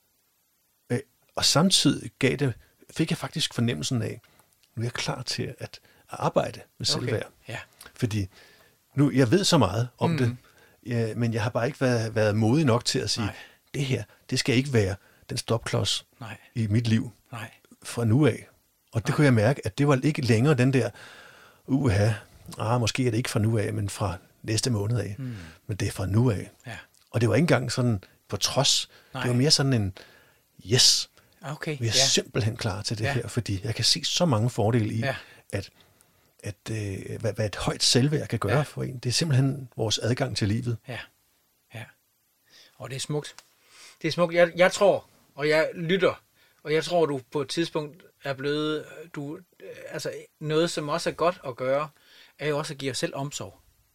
Øh, og samtidig gav det, fik jeg faktisk fornemmelsen af, nu er jeg klar til at arbejde med selvværd. Okay. Ja. Fordi nu, jeg ved så meget om mm. det, ja, men jeg har bare ikke været, været modig nok til at sige, Nej. det her, det skal ikke være den stopklods Nej. i mit liv Nej. fra nu af. Og det Nej. kunne jeg mærke, at det var ikke længere den der, uha, ah, måske er det ikke fra nu af, men fra næste måned af. Mm. Men det er fra nu af. Ja. Og det var ikke engang sådan på trods. Nej. Det var mere sådan en, yes, okay. vi er ja. simpelthen klar til det ja. her, fordi jeg kan se så mange fordele i, ja. at at øh, hvad, hvad et højt selvværd kan gøre ja. for en. Det er simpelthen vores adgang til livet. Ja, ja. Og det er smukt. Det er smukt. Jeg, jeg tror, og jeg lytter, og jeg tror, du på et tidspunkt er blevet, du, altså noget, som også er godt at gøre, er jo også at give os selv omsorg.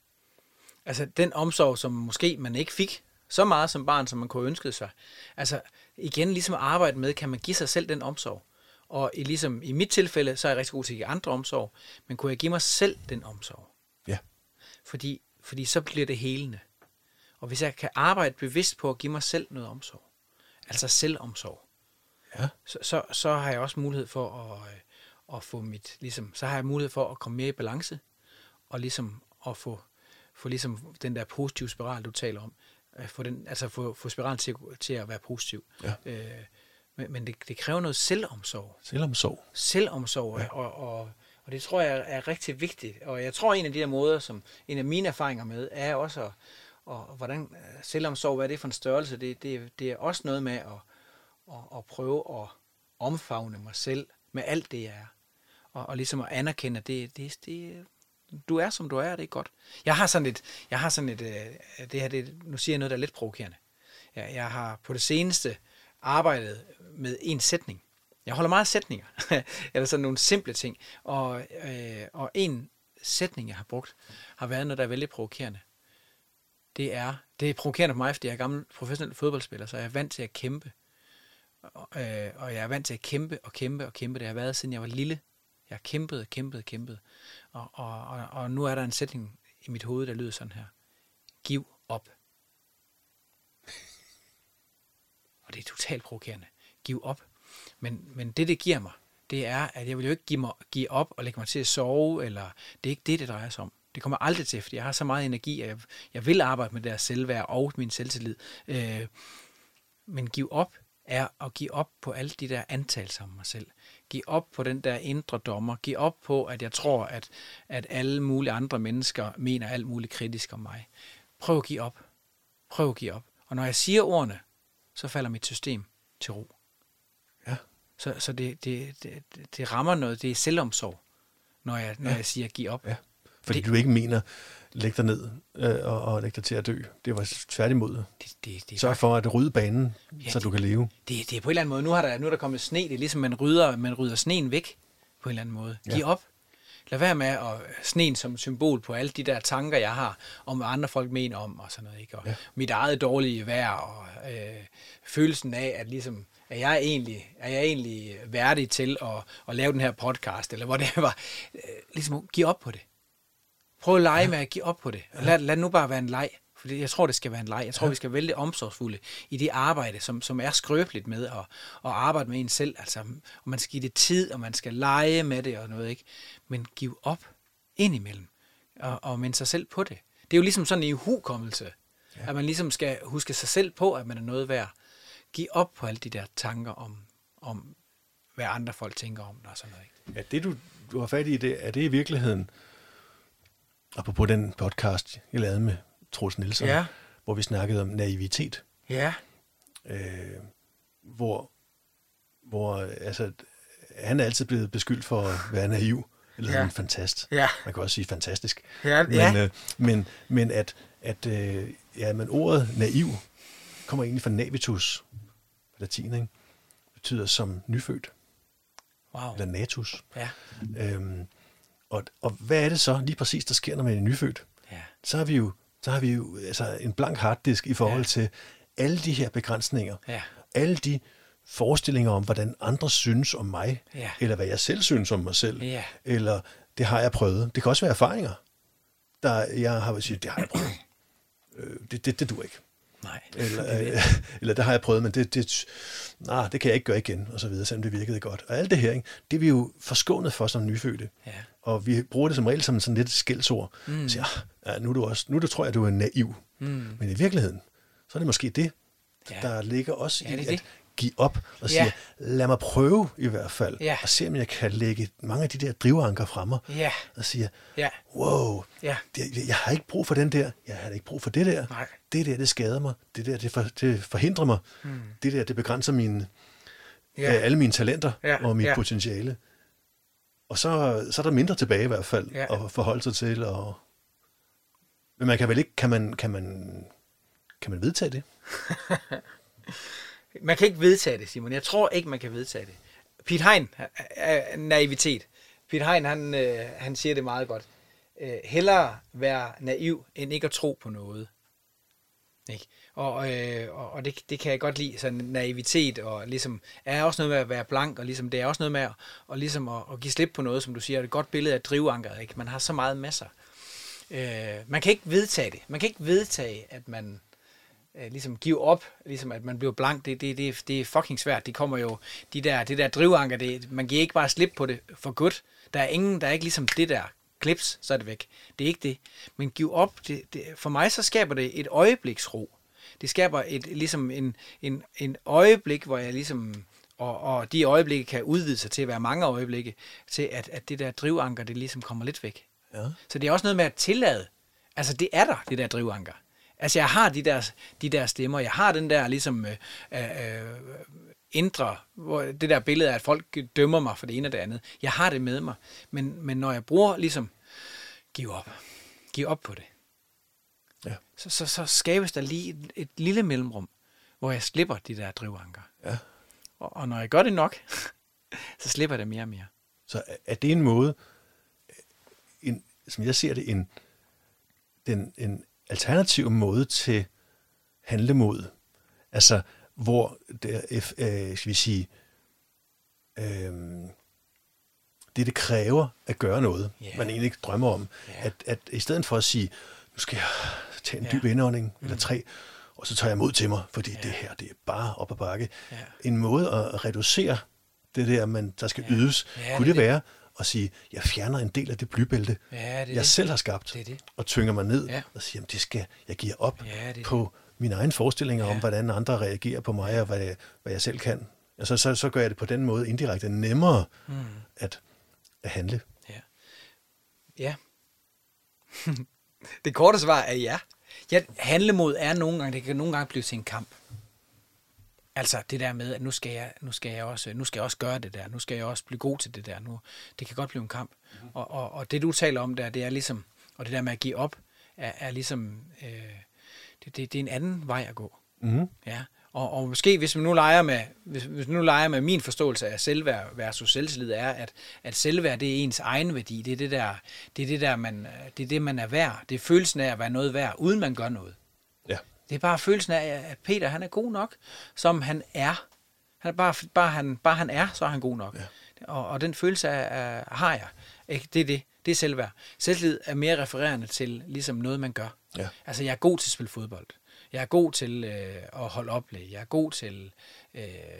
Altså den omsorg, som måske man ikke fik så meget som barn, som man kunne ønske sig. Altså igen, ligesom at arbejde med, kan man give sig selv den omsorg. Og i, ligesom i mit tilfælde, så er jeg rigtig god til at give andre omsorg, men kunne jeg give mig selv den omsorg? Ja. Fordi, fordi så bliver det helende. Og hvis jeg kan arbejde bevidst på at give mig selv noget omsorg, altså selvomsorg, Ja. så, så, så har jeg også mulighed for at, øh, at få mit, ligesom, så har jeg mulighed for at komme mere i balance, og ligesom at få, få ligesom den der positive spiral, du taler om, øh, få den, altså få, få spiralen til, til at være positiv. Ja. Øh, men men det, det kræver noget selvomsorg. Selvomsorg. Selvomsorg, ja. og, og, og det tror jeg er rigtig vigtigt. Og jeg tror, en af de der måder, som en af mine erfaringer med, er også at, og hvordan selvomsorg, hvad er det for en størrelse? Det, det, det er også noget med at, at, at prøve at omfavne mig selv med alt det, jeg er. Og, og ligesom at anerkende, at det, det, det, du er, som du er, det er godt. Jeg har sådan et, jeg har sådan et, det her, det, nu siger jeg noget, der er lidt provokerende. Jeg, jeg har på det seneste arbejdet med en sætning. Jeg holder meget af sætninger, eller sådan nogle simple ting. Og, øh, og en sætning, jeg har brugt, har været noget, der er vældig provokerende. Det er, det er provokerende for mig, fordi jeg er gammel professionel fodboldspiller, så jeg er vant til at kæmpe. Og, øh, og jeg er vant til at kæmpe og kæmpe og kæmpe. Det har været, siden jeg var lille. Jeg har kæmpet, kæmpet, kæmpet. Og, og, og, og nu er der en sætning i mit hoved, der lyder sådan her. Giv op. Og det er totalt provokerende. Giv op. Men, men det, det giver mig, det er, at jeg vil jo ikke give, mig, give op og lægge mig til at sove, eller det er ikke det, det drejer sig om. Det kommer aldrig til, fordi jeg har så meget energi, at jeg, jeg vil arbejde med deres selvværd og min selvtillid. Øh, men giv op er at give op på alle de der antagelser om mig selv. Giv op på den der indre dommer. Giv op på, at jeg tror, at, at alle mulige andre mennesker mener alt muligt kritisk om mig. Prøv at give op. Prøv at give op. Og når jeg siger ordene, så falder mit system til ro. Ja. Så, så det, det, det, det rammer noget. Det er selvomsorg, når jeg, når ja. jeg siger giv op. Ja. Fordi det, du ikke mener, læg dig ned øh, og, og læg dig til at dø. Det var tværtimod. Det, det, det Sørg for at rydde banen, ja, så det, du kan leve. Det, det er på en eller anden måde. Nu, har der, nu er der kommet sne. Det er ligesom, man rydder, man rydder sneen væk på en eller anden måde. Giv ja. op. Lad være med at sneen som symbol på alle de der tanker, jeg har, om hvad andre folk mener om, og sådan noget, ikke? Og ja. mit eget dårlige vejr, og øh, følelsen af, at ligesom, er jeg egentlig, er jeg egentlig værdig til at, at lave den her podcast, eller hvor det var. Øh, ligesom, giv op på det. Prøv at lege ja. med at give op på det. Lad, lad nu bare være en leg. For jeg tror, det skal være en leg. Jeg tror, ja. vi skal være vældig omsorgsfulde i det arbejde, som, som er skrøbeligt med at, at arbejde med en selv. Altså, og man skal give det tid, og man skal lege med det og noget, ikke? Men giv op indimellem, og, og minde sig selv på det. Det er jo ligesom sådan en hukommelse, ja. at man ligesom skal huske sig selv på, at man er noget værd. Giv op på alle de der tanker om, om hvad andre folk tænker om det og sådan noget, ikke? Ja, det du, du har fat i, det, er det i virkeligheden, apropos den podcast, jeg lavede med Troels Nielsen, ja. hvor vi snakkede om naivitet. Ja. Øh, hvor, hvor altså, han er altid blevet beskyldt for at være naiv, eller ja. en fantast. Ja. Man kan også sige fantastisk. Ja, men, ja. øh, men, men at, at øh, ja, men ordet naiv kommer egentlig fra navitus, på latin, ikke? Betyder som nyfødt. Wow. Eller natus. Ja. Øhm, og, og hvad er det så lige præcis, der sker, når man er nyfødt? Ja. Så har vi jo, så har vi jo altså, en blank harddisk i forhold ja. til alle de her begrænsninger. Ja. Alle de forestillinger om, hvordan andre synes om mig, ja. eller hvad jeg selv synes om mig selv, ja. eller det har jeg prøvet. Det kan også være erfaringer, der jeg har sagt, det har jeg prøvet. øh, det, det, det dur ikke. Nej. Eller, øh, eller det har jeg prøvet, men det, det, nah, det kan jeg ikke gøre igen, og så videre, selvom det virkede godt. Og alt det her, ikke, det er vi jo forskånet for som nyfødte. Ja. Og vi bruger det som regel som sådan lidt skældsord. Mm. Så ja, ja, nu er du også, nu er du, tror jeg, du er naiv. Mm. Men i virkeligheden, så er det måske det, ja. der ligger også ja, i at det. give op og sige, ja. lad mig prøve i hvert fald, ja. og se om jeg kan lægge mange af de der drivanker fremme, ja. og sige, ja. wow, ja. det, jeg har ikke brug for den der, jeg har ikke brug for det der, Nej. det der, det skader mig, det der, det, for, det forhindrer mig, mm. det der, det begrænser mine, ja. øh, alle mine talenter ja. og mit ja. potentiale. Og så, så er der mindre tilbage i hvert fald, ja. at forholde sig til, og men man kan vel ikke, kan man, kan man, kan man vedtage det? Man kan ikke vedtage det, Simon. Jeg tror ikke, man kan vedtage det. Piet Hein, naivitet. Piet Hein, han, øh, han siger det meget godt. Øh, hellere være naiv, end ikke at tro på noget. Ikke? Og, øh, og, og det, det kan jeg godt lide, sådan naivitet, og ligesom er også noget med at være blank, og ligesom, det er også noget med at, og ligesom at, at give slip på noget, som du siger, det er et godt billede af drivankeret, ikke? Man har så meget masser. Øh, man kan ikke vedtage det. Man kan ikke vedtage, at man øh, ligesom giver op, ligesom at man bliver blank. Det, det, det, det er fucking svært. Det kommer jo, de der, det der drivanker, det, man giver ikke bare slip på det for godt. Der er ingen, der er ikke ligesom det der klips, så er det væk. Det er ikke det. Men giv op, det, det, for mig så skaber det et øjebliksro. Det skaber et, ligesom en, en, en øjeblik, hvor jeg ligesom, og, og de øjeblikke kan udvide sig til at være mange øjeblikke, til at, at det der drivanker, det ligesom kommer lidt væk. Ja. Så det er også noget med at tillade. Altså det er der, det der drivanker. Altså jeg har de der, de der stemmer, jeg har den der ligesom øh, øh, indre, hvor det der billede af, at folk dømmer mig for det ene og det andet. Jeg har det med mig. Men, men når jeg bruger ligesom, giv op. Giv op på det. Ja. Så, så, så skabes der lige et, et lille mellemrum, hvor jeg slipper de der drivanker. Ja. Og, og når jeg gør det nok, så slipper det mere og mere. Så er det en måde, en, som jeg ser det, en, den, en alternativ måde til handlemod? Altså, hvor det, øh, skal vi sige, øh, det, det kræver at gøre noget, yeah. man egentlig ikke drømmer om. Yeah. At, at i stedet for at sige, nu skal jeg tage en yeah. dyb indånding, mm. eller tre, og så tager jeg mod til mig, fordi yeah. det her, det er bare op ad bakke. Yeah. En måde at reducere det der, man, der skal yeah. ydes, yeah, kunne det, det være at sige, jeg fjerner en del af det blybælte, yeah, det jeg det. selv har skabt, det det. og tynger mig ned, yeah. og siger, det skal, jeg giver op yeah, det på det. mine egne forestillinger yeah. om, hvordan andre reagerer på mig, og hvad jeg, hvad jeg selv kan. Altså, så, så gør jeg det på den måde indirekte nemmere mm. at, at handle. Ja. Ja. Det korte svar er ja. Ja, handlemod er nogle gange, det kan nogle gange blive til en kamp. Altså det der med, at nu skal jeg, nu skal jeg også, nu skal jeg også gøre det der, nu skal jeg også blive god til det der. Nu, det kan godt blive en kamp. Mm-hmm. Og, og, og det du taler om der, det er ligesom, og det der med at give op, er, er ligesom, øh, det, det, det er en anden vej at gå. Mm-hmm. Ja. Og, og måske, hvis vi nu leger med, hvis, hvis vi nu leger med min forståelse af selvværd versus selvtillid, er, at, at selvværd, det er ens egen værdi. Det er det der, det er det der, man, det er det, man er værd. Det er følelsen af at være noget værd, uden man gør noget. Ja. Det er bare følelsen af, at Peter, han er god nok, som han er. Han er bare, bare, han, bare han er, så er han god nok. Ja. Og, og den følelse af, af, har jeg. Ikke? Det er det. Det er selvværd. Selvtillid er mere refererende til ligesom noget, man gør. Ja. Altså, jeg er god til at spille fodbold. Jeg er god til øh, at holde oplæg. Jeg er god til øh,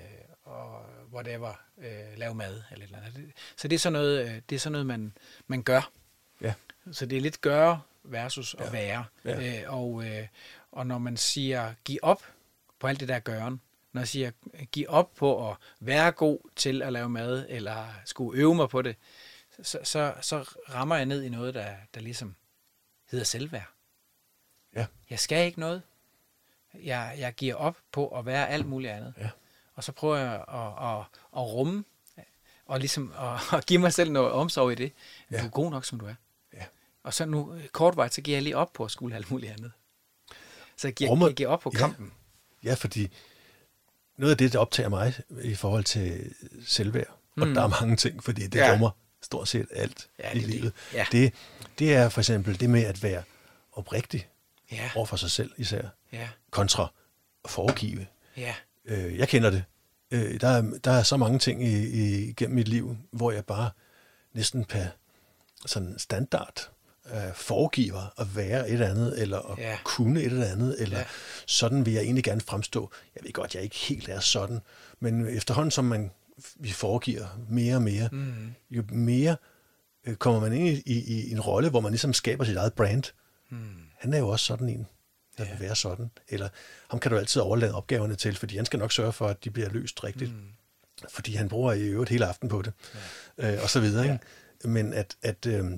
og whatever, øh, lave mad eller et eller andet. Så det er sådan noget, øh, det er sådan noget man, man gør. Ja. Så det er lidt gøre versus ja. at være. Ja. Øh, og, øh, og når man siger, giv op på alt det der gøren, når jeg siger, giv op på at være god til at lave mad, eller skulle øve mig på det, så, så, så rammer jeg ned i noget, der, der ligesom hedder selvværd. Ja. Jeg skal ikke noget. Jeg, jeg giver op på at være alt muligt andet. Ja. Og så prøver jeg at, at, at rumme, og ligesom at, at give mig selv noget omsorg i det. Ja. Du er god nok, som du er. Ja. Og så nu, kortvejt, så giver jeg lige op på at skulle alt muligt andet. Så jeg giver, Rummer, jeg giver op på ja. kampen. Ja, fordi noget af det, der optager mig i forhold til selvværd, mm. og der er mange ting, fordi det ja. rummer stort set alt ja, det, i livet. Det. Ja. Det, det er for eksempel det med at være oprigtig ja. over for sig selv især, ja. kontra at foregive. Ja. Øh, jeg kender det. Øh, der, er, der er så mange ting i, i, gennem mit liv, hvor jeg bare næsten per sådan standard øh, foregiver at være et eller andet, eller at ja. kunne et eller andet, eller ja. sådan vil jeg egentlig gerne fremstå. Jeg ved godt, jeg ikke helt er sådan, men efterhånden som man vi foregiver mere og mere, mm. jo mere øh, kommer man ind i, i, i en rolle, hvor man ligesom skaber sit eget brand. Mm. Han er jo også sådan en, der ja. vil være sådan. Eller ham kan du altid overlade opgaverne til, fordi han skal nok sørge for, at de bliver løst rigtigt. Mm. Fordi han bruger i øvrigt hele aften på det. Ja. Øh, og så videre. Ja. Ikke? Men at, at, øh,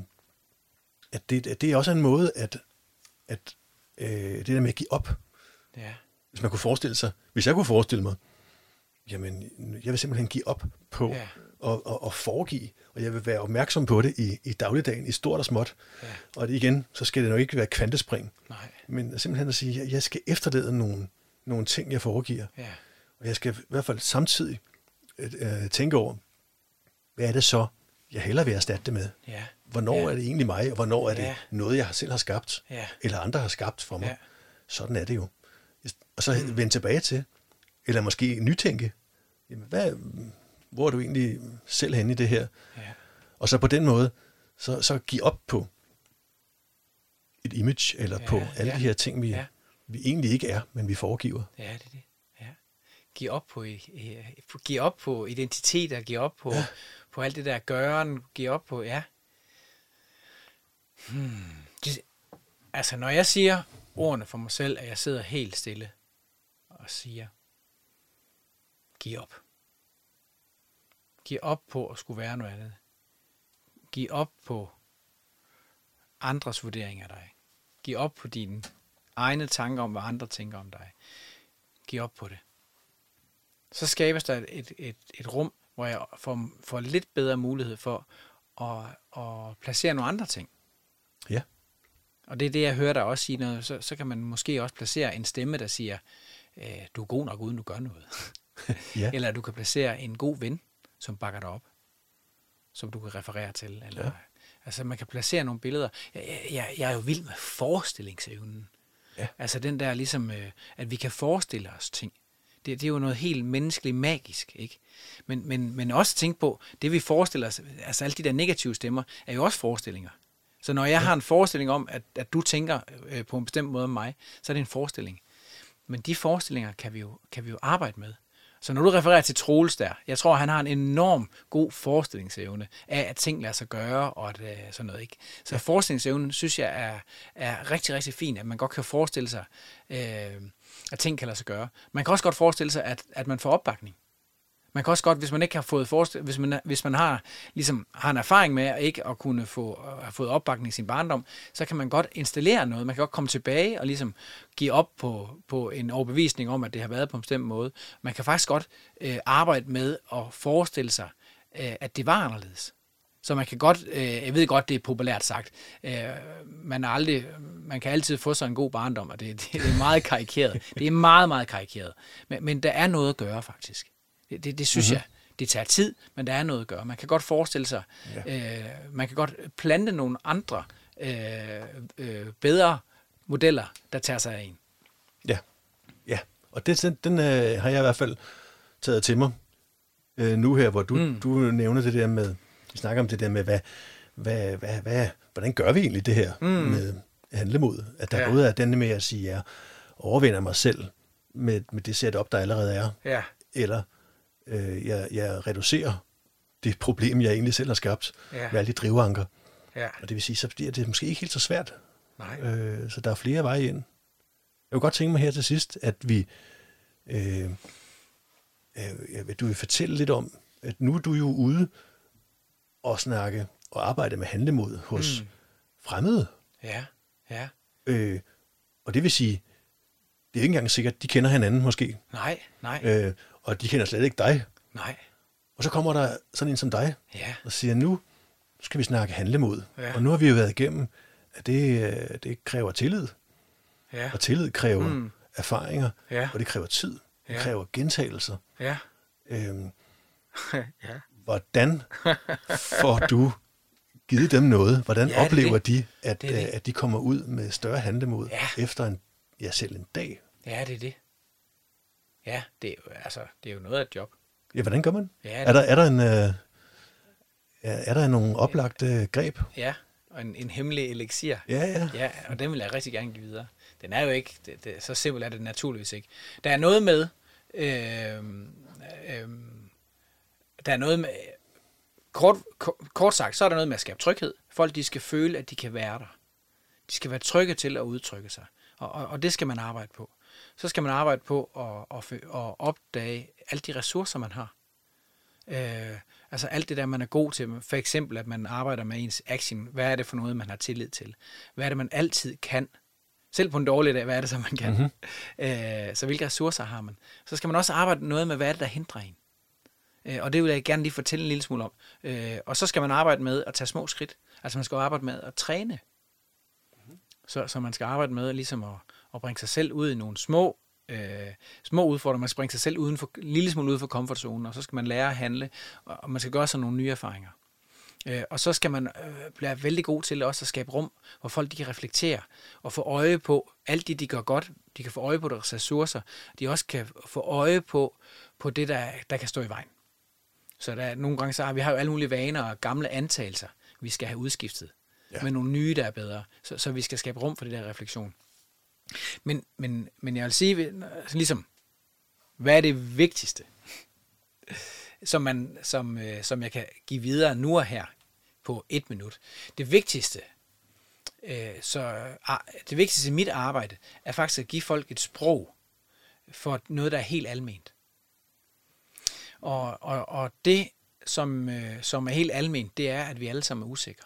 at, det, at det er også en måde, at, at øh, det der med at give op. Ja. Hvis man kunne forestille sig, hvis jeg kunne forestille mig, jamen, jeg vil simpelthen give op på ja. at, at, at foregive, og jeg vil være opmærksom på det i, i dagligdagen, i stort og småt. Ja. Og det, igen, så skal det nok ikke være kvantespring. Nej. Men simpelthen at sige, at jeg skal efterlade nogle, nogle ting, jeg foregiver. Ja. Og jeg skal i hvert fald samtidig øh, tænke over, hvad er det så, jeg hellere vil erstatte det med? Ja. Hvornår ja. er det egentlig mig, og hvornår er det ja. noget, jeg selv har skabt, ja. eller andre har skabt for mig? Ja. Sådan er det jo. og så mm. vende tilbage til, eller måske nytænke, jamen, hvad, hvor er du egentlig selv henne i det her? Ja. Og så på den måde, så, så give op på et image, eller ja, på alle ja. de her ting, vi, ja. vi egentlig ikke er, men vi foregiver. Ja, det er det. Ja. Giv op på, giv op på identiteter, giv op på, ja. på alt det der gøren, giv op på, ja. Hmm. Det, altså, når jeg siger ordene for mig selv, at jeg sidder helt stille og siger, giv op. Giv op på at skulle være noget andet. Giv op på andres vurdering af dig. Giv op på dine egne tanker om, hvad andre tænker om dig. Giv op på det. Så skabes der et, et, et rum, hvor jeg får, får lidt bedre mulighed for at, at placere nogle andre ting. Ja. Og det er det, jeg hører dig også sige noget. Så, så kan man måske også placere en stemme, der siger, øh, du er god nok, uden du gør noget. Ja. Eller du kan placere en god ven, som bakker dig op, som du kan referere til. Eller, ja. Altså, man kan placere nogle billeder. Jeg, jeg, jeg er jo vild med forestillingsevnen. Ja. Altså den der ligesom, øh, at vi kan forestille os ting. Det, det er jo noget helt menneskeligt magisk, ikke? Men, men, men også tænke på, det vi forestiller os, altså alle de der negative stemmer, er jo også forestillinger. Så når jeg ja. har en forestilling om, at, at du tænker øh, på en bestemt måde om mig, så er det en forestilling. Men de forestillinger kan vi jo, kan vi jo arbejde med. Så når du refererer til Troels der, jeg tror, han har en enorm god forestillingsevne af, at ting lader sig gøre, og at, øh, sådan noget, ikke? Så ja. forestillingsevnen, synes jeg, er, er rigtig, rigtig fin, at man godt kan forestille sig, øh, at ting kan lade sig gøre. Man kan også godt forestille sig, at, at man får opbakning. Man kan også godt, hvis man ikke har fået forestil- hvis man hvis man har ligesom har en erfaring med at ikke at kunne få have fået opbakning i sin barndom, så kan man godt installere noget. Man kan godt komme tilbage og ligesom give op på på en overbevisning om, at det har været på en bestemt måde. Man kan faktisk godt øh, arbejde med at forestille sig, øh, at det var anderledes. Så man kan godt, øh, jeg ved godt, det er populært sagt, øh, man, er aldrig, man kan altid få sig en god barndom, og det, det, det er meget karikeret. Det er meget, meget karikeret. Men, men der er noget at gøre, faktisk. Det, det, det synes mm-hmm. jeg, det tager tid, men der er noget at gøre. Man kan godt forestille sig, ja. øh, man kan godt plante nogle andre øh, øh, bedre modeller, der tager sig af en. Ja, ja. Og det, den, den øh, har jeg i hvert fald taget til mig øh, nu her, hvor du, mm. du nævner det der med, vi snakker om det der med, hvad, hvad, hvad, hvad, hvordan gør vi egentlig det her mm. med handlemod? At der ja. både er denne med at sige, at jeg overvinder mig selv med, med det setup, der allerede er, ja. eller øh, jeg, jeg reducerer det problem, jeg egentlig selv har skabt, ja. med alle de drivanker. Ja. Og det vil sige, så bliver det måske ikke helt så svært. Nej. Øh, så der er flere veje ind. Jeg vil godt tænke mig her til sidst, at vi, øh, øh, du vil fortælle lidt om, at nu er du jo ude og snakke og arbejde med handlemod hos mm. fremmede. Ja, ja. Øh, og det vil sige, det er ikke engang sikkert, de kender hinanden måske. Nej, nej. Øh, og de kender slet ikke dig. Nej. Og så kommer der sådan en som dig, ja. og siger, nu skal vi snakke handlemod. Ja. Og nu har vi jo været igennem, at det, det kræver tillid. Ja. Og tillid kræver mm. erfaringer, ja. og det kræver tid. Det ja. kræver gentagelser. Ja. Øhm, ja. Hvordan får du givet dem noget? Hvordan ja, oplever det. de, at, det det. at de kommer ud med større handlemod ja. efter en, ja, selv en dag? Ja, det er det. Ja, det er jo, altså, det er jo noget af et job. Ja, hvordan gør man? Ja, er, der, er der en... Øh, er der nogle oplagte greb? Ja, og en, en hemmelig elixir. Ja, ja. Ja, og den vil jeg rigtig gerne give videre. Den er jo ikke, det, det, så simpelt er det naturligvis ikke. Der er noget med, øh, øh, der er noget med, kort, kort sagt, så er der noget med at skabe tryghed. Folk, de skal føle, at de kan være der. De skal være trygge til at udtrykke sig. Og, og, og det skal man arbejde på. Så skal man arbejde på at, at, at opdage alle de ressourcer, man har. Øh, altså alt det der, man er god til. For eksempel, at man arbejder med ens action. Hvad er det for noget, man har tillid til? Hvad er det, man altid kan? Selv på en dårlig dag, hvad er det så, man kan? Mm-hmm. Øh, så hvilke ressourcer har man? Så skal man også arbejde noget med, hvad er det, der hindrer en? Øh, og det vil jeg gerne lige fortælle en lille smule om. Øh, og så skal man arbejde med at tage små skridt. Altså man skal arbejde med at træne. Mm-hmm. Så, så man skal arbejde med ligesom at, at bringe sig selv ud i nogle små Øh, små udfordringer. Man skal bringe sig selv uden for, en lille smule ud for komfortzonen, og så skal man lære at handle, og man skal gøre sig nogle nye erfaringer. Øh, og så skal man øh, blive vældig god til også at skabe rum, hvor folk de kan reflektere og få øje på alt det, de gør godt. De kan få øje på deres ressourcer. De også kan få øje på, på det, der, der kan stå i vejen. Så der, nogle gange så har vi har jo alle mulige vaner og gamle antagelser, vi skal have udskiftet. Ja. Med nogle nye, der er bedre. Så, så vi skal skabe rum for det der refleksion. Men, men, men jeg vil sige, ligesom, hvad er det vigtigste, som, man, som, øh, som jeg kan give videre nu og her på et minut? Det vigtigste, øh, så, det vigtigste i mit arbejde, er faktisk at give folk et sprog for noget, der er helt alment. Og, og, og det, som, øh, som er helt alment, det er, at vi alle sammen er usikre.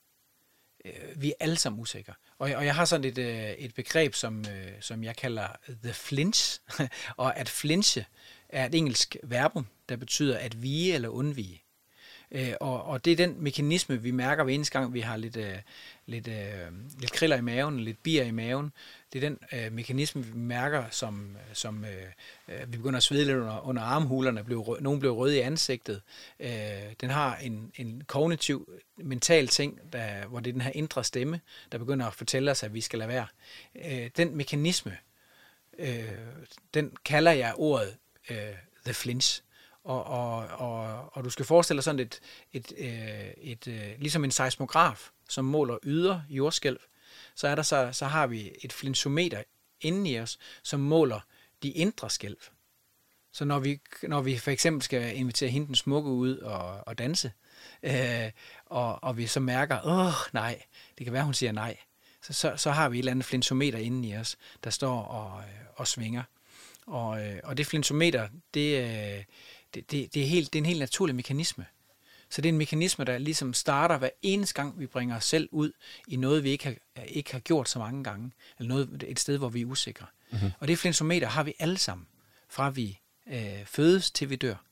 Vi er alle sammen usikre. Og jeg, og jeg har sådan et, et begreb, som, som jeg kalder the flinch. Og at flinche er et engelsk verbum, der betyder at vige eller undvige. Og, og det er den mekanisme, vi mærker hver eneste gang, vi har lidt, lidt, lidt kriller i maven, lidt bier i maven. Det er den øh, mekanisme, vi mærker, som, som øh, vi begynder at svede lidt under, under armhulerne. Blev, nogen bliver røde i ansigtet. Øh, den har en, en kognitiv, mental ting, der, hvor det er den her indre stemme, der begynder at fortælle os, at vi skal lade være. Øh, den mekanisme, øh, den kalder jeg ordet øh, the flinch. Og, og, og, og du skal forestille dig sådan et, et, et, et, et ligesom en seismograf, som måler ydre jordskælv. Så, er der så, så har vi et flinchometer inde i os, som måler de indre skælv. Så når vi, når vi for eksempel skal invitere hende den smukke ud og, og danse, øh, og, og vi så mærker, åh nej, det kan være, hun siger nej, så, så, så har vi et eller andet flinchometer inde i os, der står og, og svinger. Og, og det flinchometer, det, det, det, det, er helt, det er en helt naturlig mekanisme. Så det er en mekanisme, der ligesom starter hver eneste gang, vi bringer os selv ud i noget, vi ikke har, ikke har gjort så mange gange, eller noget, et sted, hvor vi er usikre. Mm-hmm. Og det flinchometer har vi alle sammen, fra vi øh, fødes til vi dør.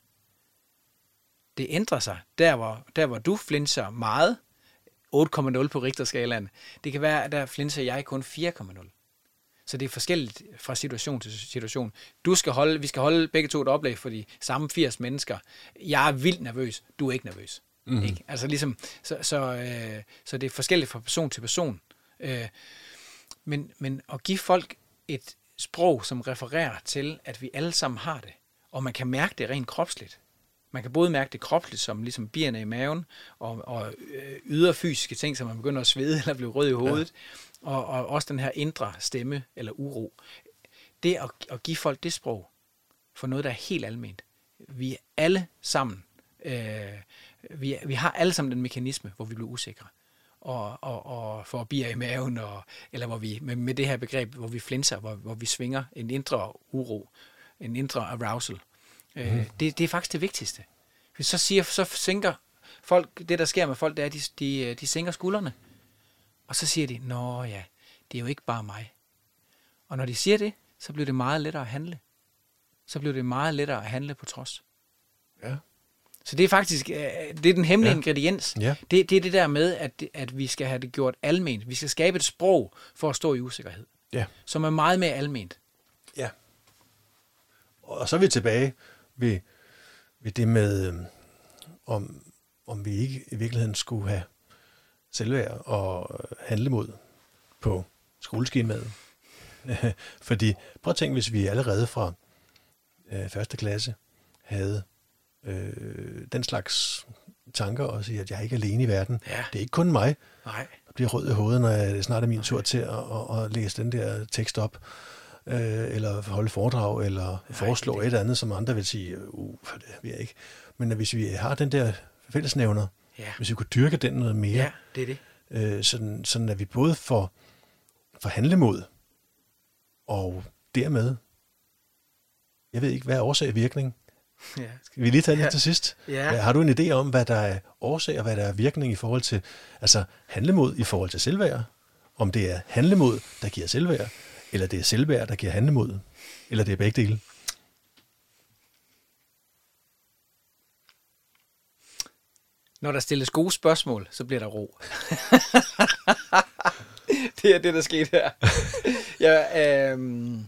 Det ændrer sig. Der hvor, der, hvor du flincher meget, otte komma nul på Richterskalaen, det kan være, at der flincher jeg kun fire komma nul. Så det er forskelligt fra situation til situation. Du skal holde, vi skal holde begge to et oplæg for de samme firs mennesker. Jeg er vildt nervøs, du er ikke nervøs. Mm-hmm. Ikke? Altså ligesom, så, så, øh, så det er forskelligt fra person til person. Øh, men, men at give folk et sprog, som refererer til, at vi alle sammen har det, og man kan mærke det rent kropsligt. Man kan både mærke det kropsligt, som ligesom bierne i maven, og, og ydre fysiske ting, som man begynder at svede eller blive rød i hovedet, ja. og, og også den her indre stemme eller uro. Det at, at give folk det sprog, for noget, der er helt alment. Vi er alle sammen, øh, vi, vi har alle sammen den mekanisme, hvor vi bliver usikre, og, og, og får bier i maven, og, eller hvor vi, med, med det her begreb, hvor vi flinser, hvor, hvor vi svinger en indre uro, en indre arousal. Mm. Det, det er faktisk det vigtigste. Hvis så siger, så sænker folk, det der sker med folk, det er, at de, de, de sænker skuldrene. Og så siger de, nå ja, det er jo ikke bare mig. Og når de siger det, så bliver det meget lettere at handle. Så bliver det meget lettere at handle på trods. Ja. Så det er faktisk, det er den hemmelige ja. ingrediens. Ja. Det, det er det der med, at, at vi skal have det gjort alment. Vi skal skabe et sprog for at stå i usikkerhed. Ja. Som er meget mere alment. Ja. Og så er vi tilbage ved, ved det med, om, om vi ikke i virkeligheden skulle have selvværd og handlemod på skoleskemaet. Fordi, prøv at tænke, hvis vi allerede fra øh, første klasse havde øh, den slags tanker og sige, at jeg er ikke alene i verden. Ja. Det er ikke kun mig, Nej. der bliver rød i hovedet, når jeg snart er min tur til at, at, at læse den der tekst op. Eller holde foredrag, eller foreslå Nej, et eller andet, som andre vil sige, uh, for det vil jeg ikke. Men hvis vi har den der fællesnævner, ja. hvis vi kunne dyrke den noget mere, ja, det er det. Øh, sådan, sådan at vi både får, får handlemod, og dermed, jeg ved ikke, hvad er årsag og virkning? Ja. Skal vi lige tage det ja. til sidst? Ja. Har du en idé om, hvad der er årsag, og hvad der er virkning i forhold til, altså handlemod i forhold til selvværd? Om det er handlemod, der giver selvværd, eller det er selvværd, der giver handlemod, eller det er begge dele? Når der stilles gode spørgsmål, så bliver der ro. Det er det, der skete her. Ja, øhm...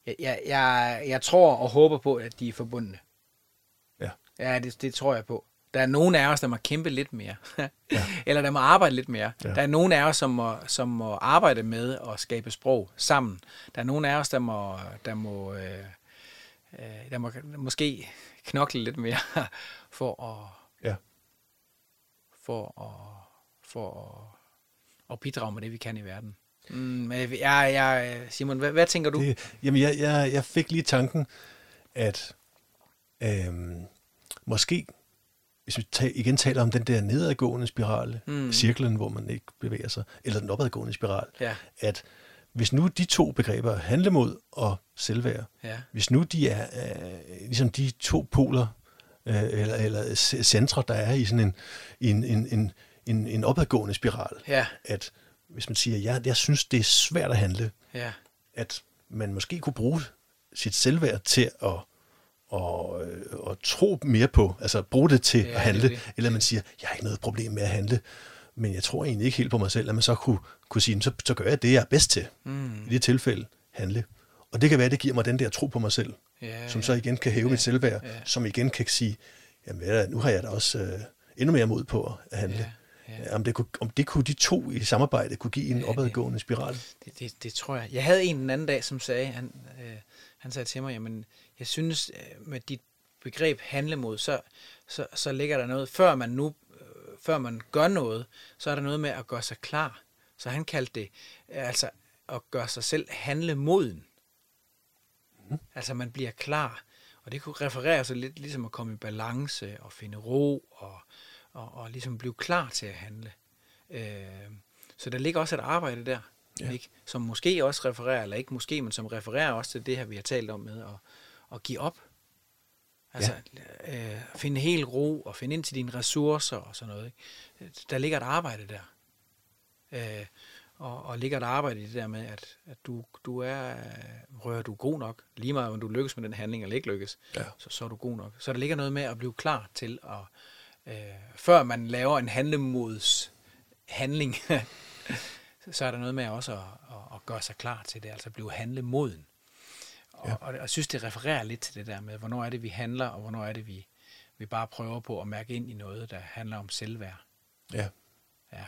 Jeg, jeg, jeg, jeg tror og håber på, at de er forbundne. Ja. Ja, det, det tror jeg på. Der er nogen af os, der må kæmpe lidt mere. Ja. Eller der må arbejde lidt mere. Ja. Der er nogen af os, som må, som må arbejde med at skabe sprog sammen. Der er nogen af os, der må, der må, øh, der må måske knokle lidt mere for at, ja. for at, for at, at bidrage med det, vi kan i verden. Mm, jeg, jeg, Simon, hvad, hvad tænker du? Det, jamen, jeg, jeg, jeg fik lige tanken, at øhm, måske, hvis vi ta- igen taler om den der nedadgående spiral, mm. cirklen, hvor man ikke bevæger sig, eller den opadgående spiral, ja. at hvis nu de to begreber, handlemod og selvværd, ja. hvis nu de er øh, ligesom de to poler, øh, eller, eller centre, der er i sådan en, en, en, en, en, en opadgående spiral, ja. at hvis man siger, ja, jeg synes, det er svært at handle, ja. at man måske kunne bruge sit selvværd til at og, og tro mere på, altså bruge det til ja, at handle, det det. Eller man siger, jeg har ikke noget problem med at handle, men jeg tror egentlig ikke helt på mig selv, at man så kunne, kunne sige, så, så gør jeg det, jeg er bedst til. Mm. I det tilfælde, handle. Og det kan være, det giver mig den der tro på mig selv, ja, som ja. så igen kan hæve ja, mit selvværd, ja. som igen kan sige, jamen nu har jeg da også øh, endnu mere mod på at handle. Ja, ja. Om, det kunne, om det kunne de to i samarbejde kunne give en ja, opadgående spiral. Det, det, det tror jeg. Jeg havde en den anden dag, som sagde, han, øh, han sagde til mig, jamen jeg synes, med dit begreb handlemod, så, så, så ligger der noget, før man nu, øh, før man gør noget, så er der noget med at gøre sig klar. Så han kaldte det, altså at gøre sig selv handlemoden. Mm. Altså man bliver klar. Og det kunne referere sig lidt ligesom at komme i balance og finde ro og, og, og ligesom blive klar til at handle. Øh, så der ligger også et arbejde der, ja. ikke? Som måske også refererer, eller ikke måske, men som refererer også til det her, vi har talt om med at og give op. Altså, ja. øh, finde helt ro og finde ind til dine ressourcer og sådan noget. Ikke? Der ligger et arbejde der. Øh, og, og ligger et arbejde i det der med, at, at du, du er, rører du god nok, lige meget om du lykkes med den handling eller ikke lykkes, ja. så, så er du god nok. Så der ligger noget med at blive klar til at, øh, før man laver en handlemods handling, så er der noget med også at, at, at gøre sig klar til det, altså blive handlemoden. Og, ja. og, og jeg synes, det refererer lidt til det der med, hvornår er det, vi handler, og hvornår er det, vi, vi bare prøver på at mærke ind i noget, der handler om selvværd. Ja. Ja.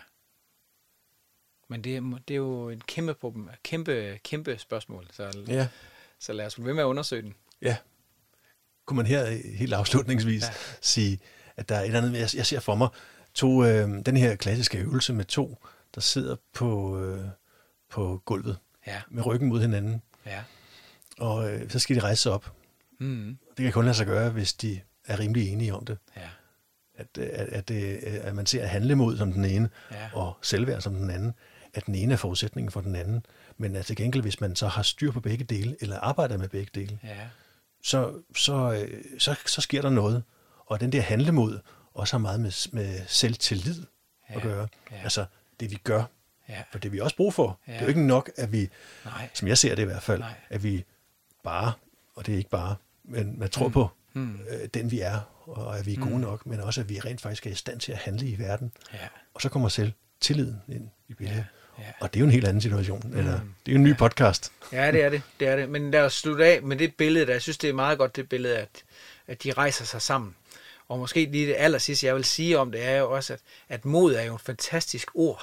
Men det, det er jo et kæmpe problem, kæmpe, kæmpe spørgsmål, så, ja. så lad os blive ved med at undersøge den. Ja. Kunne man her helt afslutningsvis ja. sige, at der er et eller andet, jeg ser for mig, to, øh, den her klassiske øvelse med to, der sidder på, øh, på gulvet, ja. med ryggen mod hinanden. Ja. Og øh, så skal de rejse sig op. Mm. Det kan kun lade sig gøre, hvis de er rimelig enige om det. Ja. At, at, at, at man ser handlemod som den ene, ja. og selvværd som den anden. At den ene er forudsætningen for den anden. Men at til gengæld, hvis man så har styr på begge dele, eller arbejder med begge dele, ja. så, så, så, så sker der noget. Og den der handlemod også har meget med, med selvtillid ja. at gøre. Ja. Altså det vi gør. Ja. For det vi også brug for. Ja. Det er jo ikke nok, at vi, Nej. som jeg ser det i hvert fald, Nej. at vi bare, og det er ikke bare, men man tror mm. på mm. Øh, den vi er, og at vi er gode mm. nok, men også at vi rent faktisk er i stand til at handle i verden. Ja. Og så kommer selv tilliden ind i billedet. Ja. Ja. Og det er jo en helt anden situation. Mm. Eller, det er jo en ny ja. podcast. Ja, det er det. det er det. Men lad os slutte af med det billede, der jeg synes, det er meget godt, det billede, at, at de rejser sig sammen. Og måske lige det allersidste, jeg vil sige om det, er jo også, at, at mod er jo et fantastisk ord.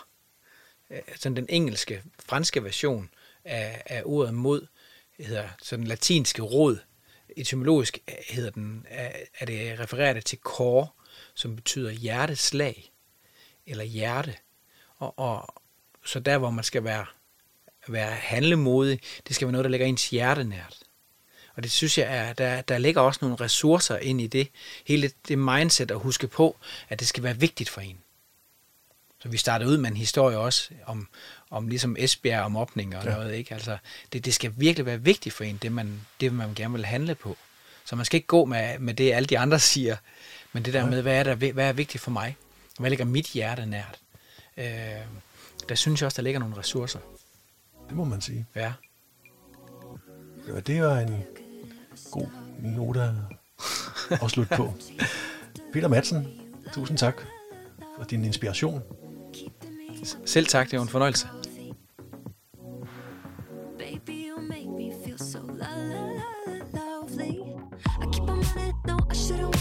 Sådan den engelske, franske version af, af ordet mod, hedder sådan latinske rod. Etymologisk hedder den, er det refererer det til core, som betyder hjerteslag, eller hjerte. Og, og så der, hvor man skal være, være handlemodig, det skal være noget, der ligger ens hjerte nært. Og det synes jeg, er, der, der ligger også nogle ressourcer ind i det. Hele det mindset at huske på, at det skal være vigtigt for en. Så vi startede ud med en historie også om, om ligesom Esbjerg og mobning og ja. noget, ikke? Altså, det, det skal virkelig være vigtigt for en, det man, det man gerne vil handle på. Så man skal ikke gå med, med det, alle de andre siger, men det der ja. med, hvad er, der, hvad er vigtigt for mig? Hvad ligger mit hjerte nært? Øh, der synes jeg også, der ligger nogle ressourcer. Det må man sige. Ja. Ja, det var en god note at afslutte på. Peter Madsen, tusind tak for din inspiration. Selv tak, det var en fornøjelse. Baby, you make me feel so la la la la lovely. I keep on running, no, I should've